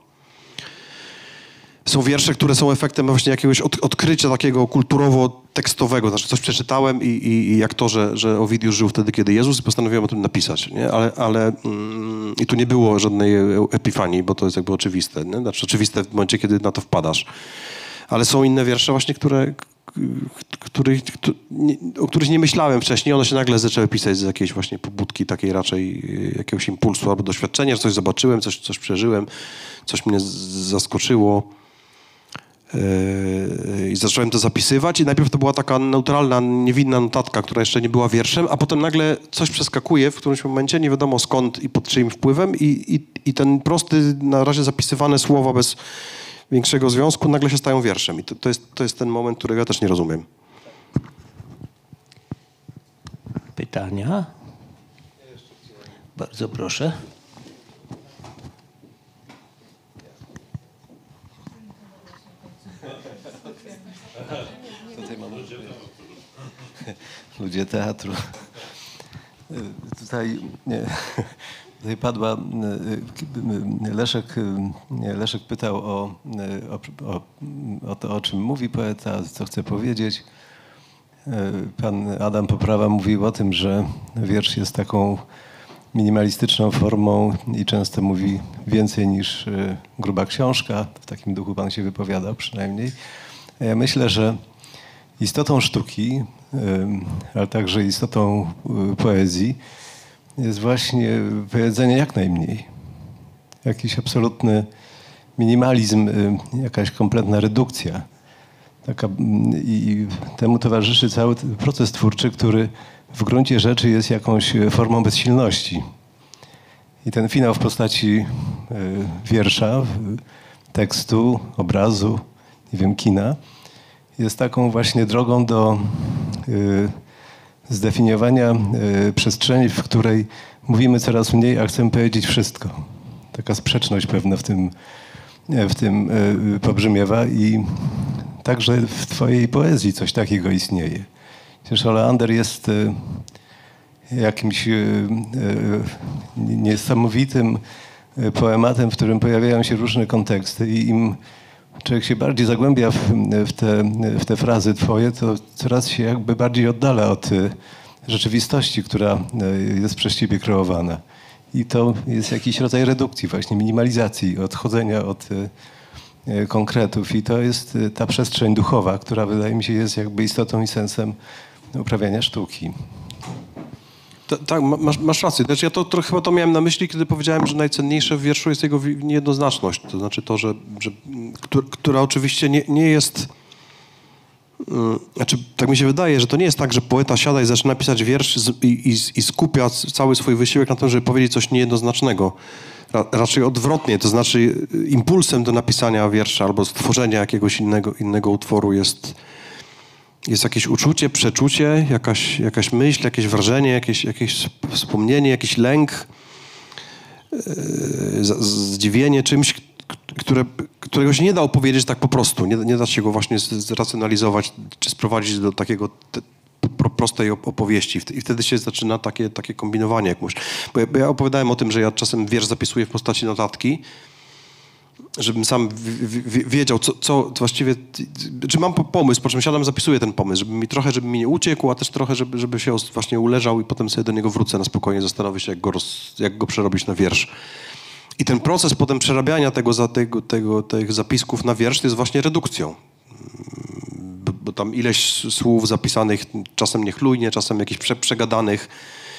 Są wiersze, które są efektem właśnie jakiegoś od, odkrycia takiego kulturowo-tekstowego. Znaczy coś przeczytałem i, i, i jak to, że, że Owidiusz żył wtedy, kiedy Jezus i postanowiłem o tym napisać. Nie? Ale, ale mm, i tu nie było żadnej epifanii, bo to jest jakby oczywiste. Nie? Znaczy oczywiste w momencie, kiedy na to wpadasz. Ale są inne wiersze właśnie, które, których, o których nie myślałem wcześniej. One się nagle zaczęły pisać z jakiejś właśnie pobudki takiej raczej jakiegoś impulsu albo doświadczenia, że coś zobaczyłem, coś, coś przeżyłem, coś mnie zaskoczyło. Yy, I zacząłem to zapisywać i najpierw to była taka neutralna, niewinna notatka, która jeszcze nie była wierszem, a potem nagle coś przeskakuje w którymś momencie, nie wiadomo skąd i pod czyim wpływem i, i, i ten prosty, na razie zapisywane słowa bez większego związku nagle się stają wierszem. I to, to, jest, to jest ten moment, którego ja też nie rozumiem. Pytania? Bardzo proszę. Tutaj mamy ludzie teatru. Tutaj, nie, tutaj padła, Leszek, Leszek pytał o, o, o to, o czym mówi poeta, co chce powiedzieć. Pan Adam Poprawa mówił o tym, że wiersz jest taką minimalistyczną formą i często mówi więcej niż gruba książka. W takim duchu pan się wypowiadał przynajmniej. Ja myślę, że istotą sztuki, ale także istotą poezji jest właśnie powiedzenie jak najmniej. Jakiś absolutny minimalizm, jakaś kompletna redukcja. Taka, i temu towarzyszy cały proces twórczy, który w gruncie rzeczy jest jakąś formą bezsilności. I ten finał w postaci wiersza, tekstu, obrazu, nie wiem, kina, jest taką właśnie drogą do y, zdefiniowania y, przestrzeni, w której mówimy coraz mniej, a chcemy powiedzieć wszystko. Taka sprzeczność pewna w tym, w tym y, pobrzmiewa i także w twojej poezji coś takiego istnieje. Przecież Oleander jest y, jakimś y, y, niesamowitym poematem, w którym pojawiają się różne konteksty i im człowiek się bardziej zagłębia w, w, te, w te frazy twoje, to coraz się jakby bardziej oddala od rzeczywistości, która jest przez ciebie kreowana. I to jest jakiś rodzaj redukcji właśnie, minimalizacji, odchodzenia od konkretów. I to jest ta przestrzeń duchowa, która wydaje mi się jest jakby istotą i sensem uprawiania sztuki. Tak, masz, masz rację. Znaczy ja to, to chyba to miałem na myśli, kiedy powiedziałem, że najcenniejsze w wierszu jest jego niejednoznaczność. To znaczy to, że, że która, która oczywiście nie, nie jest... Um, znaczy, tak mi się wydaje, że to nie jest tak, że poeta siada i zaczyna pisać wiersz z, i, i, i skupia cały swój wysiłek na tym, żeby powiedzieć coś niejednoznacznego. Ra, raczej odwrotnie, to znaczy impulsem do napisania wiersza albo stworzenia jakiegoś innego, innego utworu jest... Jest jakieś uczucie, przeczucie, jakaś, jakaś myśl, jakieś wrażenie, jakieś, jakieś wspomnienie, jakiś lęk, yy, zdziwienie czymś, które, którego się nie da opowiedzieć tak po prostu. Nie, nie da się go właśnie zracjonalizować czy sprowadzić do takiego te, pro, prostej opowieści. I wtedy się zaczyna takie, takie kombinowanie. Jak mówisz. Bo ja, bo ja opowiadałem o tym, że ja czasem wiersz zapisuję w postaci notatki, żebym sam w, w, wiedział, co, co właściwie, czy mam pomysł, po czym siadam, zapisuję ten pomysł, żeby mi trochę, żeby mi nie uciekł, a też trochę, żeby, żeby się właśnie uleżał i potem sobie do niego wrócę na spokojnie, zastanowię się, jak go, roz, jak go przerobić na wiersz. I ten proces potem przerabiania tego, za tego, tego, tych zapisków na wiersz to jest właśnie redukcją. Bo, bo tam ileś słów zapisanych, czasem niechlujnie, czasem jakichś prze, przegadanych,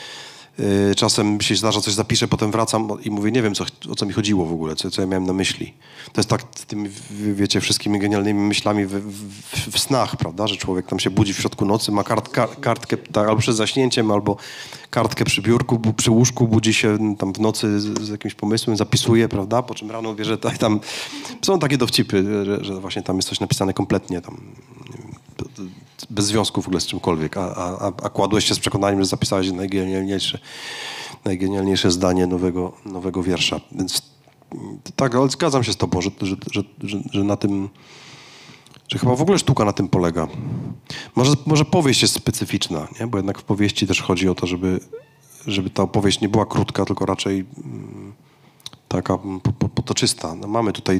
czasem się zdarza, coś zapiszę, potem wracam i mówię, nie wiem, co, o co mi chodziło w ogóle, co, co ja miałem na myśli. To jest tak z tymi, wiecie, wszystkimi genialnymi myślami w, w, w snach, prawda, że człowiek tam się budzi w środku nocy, ma kart, kar, kartkę tak, albo przed zaśnięciem, albo kartkę przy biurku, bu, przy łóżku, budzi się tam w nocy z, z jakimś pomysłem, zapisuje, prawda, po czym rano wie, że tak, tam są takie dowcipy, że, że właśnie tam jest coś napisane kompletnie tam, nie wiem, bez związku w ogóle z czymkolwiek, a, a, a kładłeś się z przekonaniem, że zapisałeś najgenialniejsze, najgenialniejsze zdanie nowego, nowego wiersza. Więc tak, ale zgadzam się z tobą, że, że, że, że, że na tym, że chyba w ogóle sztuka na tym polega. Może, może powieść jest specyficzna, nie? Bo jednak w powieści też chodzi o to, żeby, żeby ta opowieść nie była krótka, tylko raczej mm, taka po, po, potoczysta. No, mamy tutaj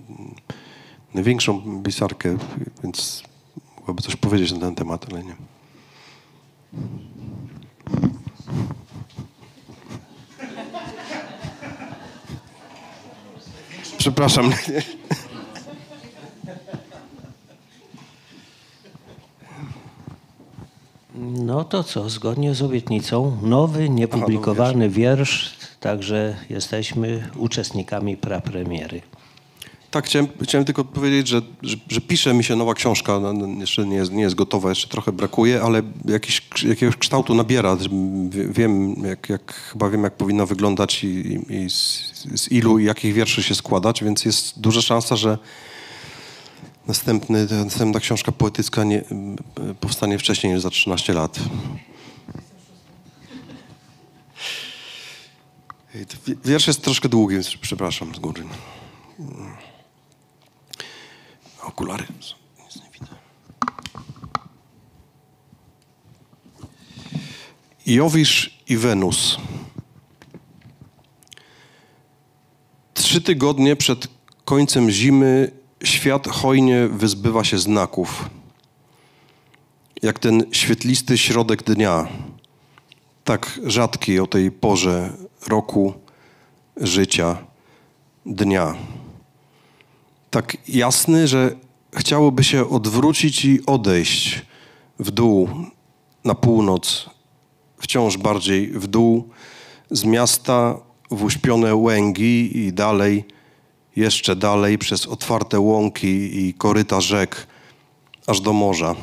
największą pisarkę, więc mogłaby coś powiedzieć na ten temat, ale nie. Przepraszam. No to co, zgodnie z obietnicą, nowy, niepublikowany wiersz, także jesteśmy uczestnikami prapremiery. tak, chciałem, chciałem tylko powiedzieć, że, że, że pisze mi się nowa książka, no, no, jeszcze nie jest, nie jest gotowa, jeszcze trochę brakuje, ale jakiś, jakiegoś kształtu nabiera. Wiem, jak, jak, chyba wiem, jak powinna wyglądać i, i, i z, z ilu i jakich wierszy się składać, więc jest duża szansa, że następny, następna książka poetycka nie, powstanie wcześniej niż za trzynaście lat. Wiersz jest troszkę długi, więc przepraszam z góry. Okulary. Nic nie widzę. Jowisz i Wenus. Trzy tygodnie przed końcem zimy świat hojnie wyzbywa się znaków. Jak ten świetlisty środek dnia, tak rzadki o tej porze roku, życia, dnia. Tak jasny, że chciałoby się odwrócić i odejść w dół, na północ, wciąż bardziej w dół, z miasta w uśpione łęgi i dalej, jeszcze dalej przez otwarte łąki i koryta rzek, aż do morza.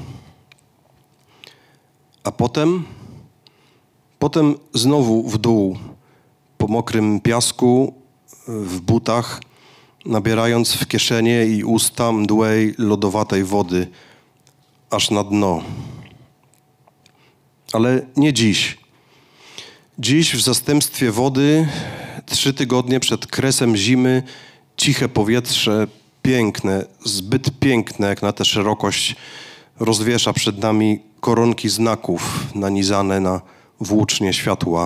A potem, potem znowu w dół, po mokrym piasku, w butach, nabierając w kieszenie i usta mdłej, lodowatej wody, aż na dno. Ale nie dziś. Dziś w zastępstwie wody, trzy tygodnie przed kresem zimy, ciche powietrze, piękne, zbyt piękne jak na tę szerokość, rozwiesza przed nami koronki znaków nanizane na włócznie światła.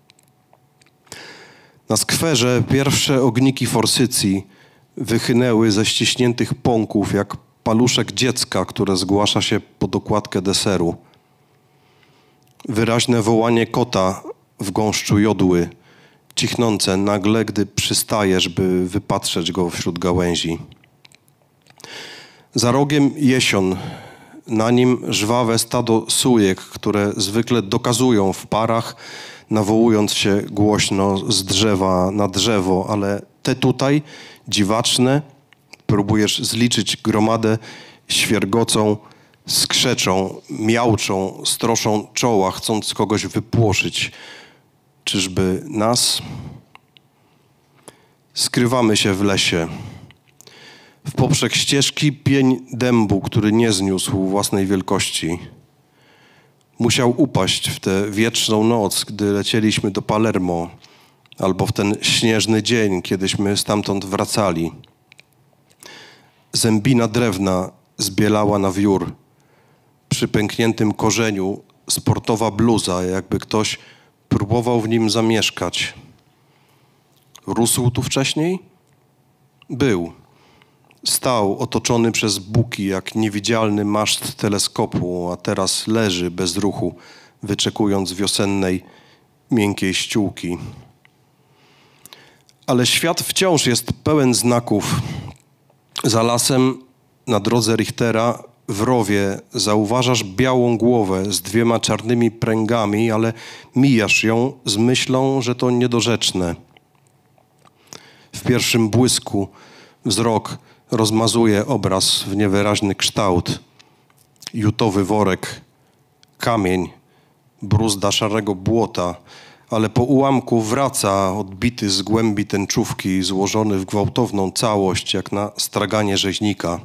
Na skwerze pierwsze ogniki forsycji wychynęły ze ściśniętych pąków jak paluszek dziecka, które zgłasza się po dokładkę deseru. Wyraźne wołanie kota w gąszczu jodły, cichnące nagle, gdy przystajesz, by wypatrzeć go wśród gałęzi. Za rogiem jesion, na nim żwawe stado sujek, które zwykle dokazują w parach, nawołując się głośno z drzewa na drzewo, ale te tutaj, dziwaczne, próbujesz zliczyć gromadę, świergocą, skrzeczą, miauczą, stroszą czoła, chcąc kogoś wypłoszyć. Czyżby nas? Skrywamy się w lesie. W poprzek ścieżki pień dębu, który nie zniósł własnej wielkości. Musiał upaść w tę wietrzną noc, gdy lecieliśmy do Palermo, albo w ten śnieżny dzień, kiedyśmy stamtąd wracali. Zębina drewna zbielała na wiór. Przy pękniętym korzeniu sportowa bluza, jakby ktoś próbował w nim zamieszkać. Rósł tu wcześniej? Był. Stał otoczony przez buki, jak niewidzialny maszt teleskopu, a teraz leży bez ruchu, wyczekując wiosennej, miękkiej ściółki. Ale świat wciąż jest pełen znaków. Za lasem, na drodze Richtera, w rowie zauważasz białą głowę z dwiema czarnymi pręgami, ale mijasz ją z myślą, że to niedorzeczne. W pierwszym błysku wzrok rozmazuje obraz w niewyraźny kształt. Jutowy worek, kamień, bruzda szarego błota, ale po ułamku wraca odbity z głębi tęczówki, złożony w gwałtowną całość, jak na straganie rzeźnika.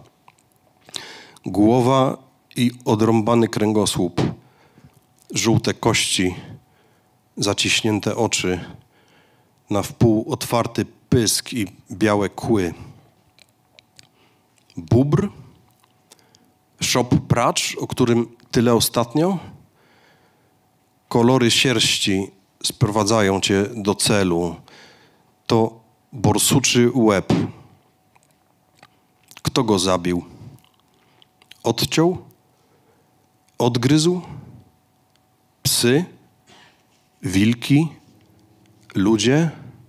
Głowa i odrąbany kręgosłup, żółte kości, zaciśnięte oczy, na wpół otwarty pysk i białe kły. Bóbr? Szop pracz, o którym tyle ostatnio? Kolory sierści sprowadzają cię do celu. To borsuczy łeb. Kto go zabił? Odciął? Odgryzł? Psy? Wilki? Ludzie?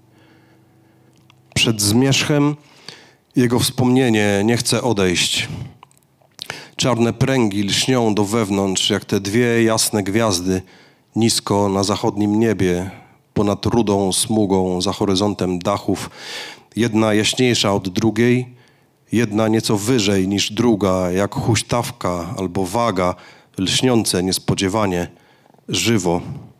Przed zmierzchem jego wspomnienie nie chce odejść. Czarne pręgi lśnią do wewnątrz, jak te dwie jasne gwiazdy nisko na zachodnim niebie, ponad rudą smugą za horyzontem dachów, jedna jaśniejsza od drugiej, Jedna nieco wyżej niż druga, jak huśtawka albo waga, lśniące niespodziewanie, żywo.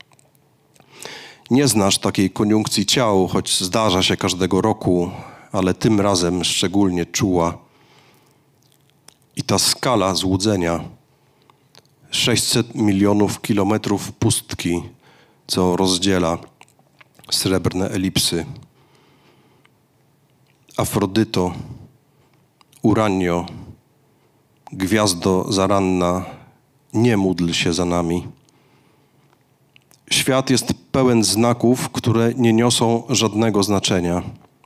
Nie znasz takiej koniunkcji ciał, choć zdarza się każdego roku, ale tym razem szczególnie czuła. I ta skala złudzenia, sześćset milionów kilometrów pustki, co rozdziela srebrne elipsy. Afrodyto, Uranio, gwiazdo zaranna, nie módl się za nami. Świat jest pełen znaków, które nie niosą żadnego znaczenia.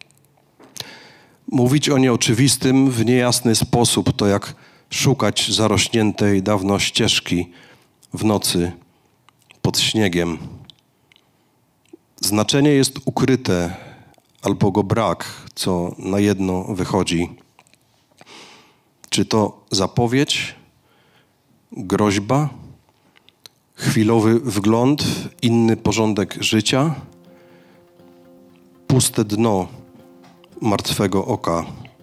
Mówić o nieoczywistym w niejasny sposób to jak szukać zarośniętej dawno ścieżki w nocy pod śniegiem. Znaczenie jest ukryte albo go brak, co na jedno wychodzi. Czy to zapowiedź, groźba, chwilowy wgląd w inny porządek życia, puste dno martwego oka,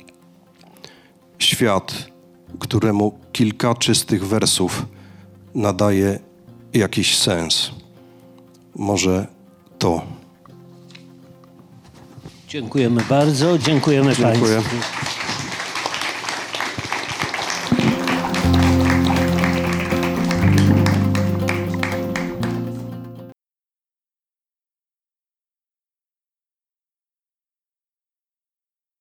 świat, któremu kilka czystych wersów nadaje jakiś sens. Może to. Dziękujemy bardzo. Dziękujemy Dziękuję. Państwu.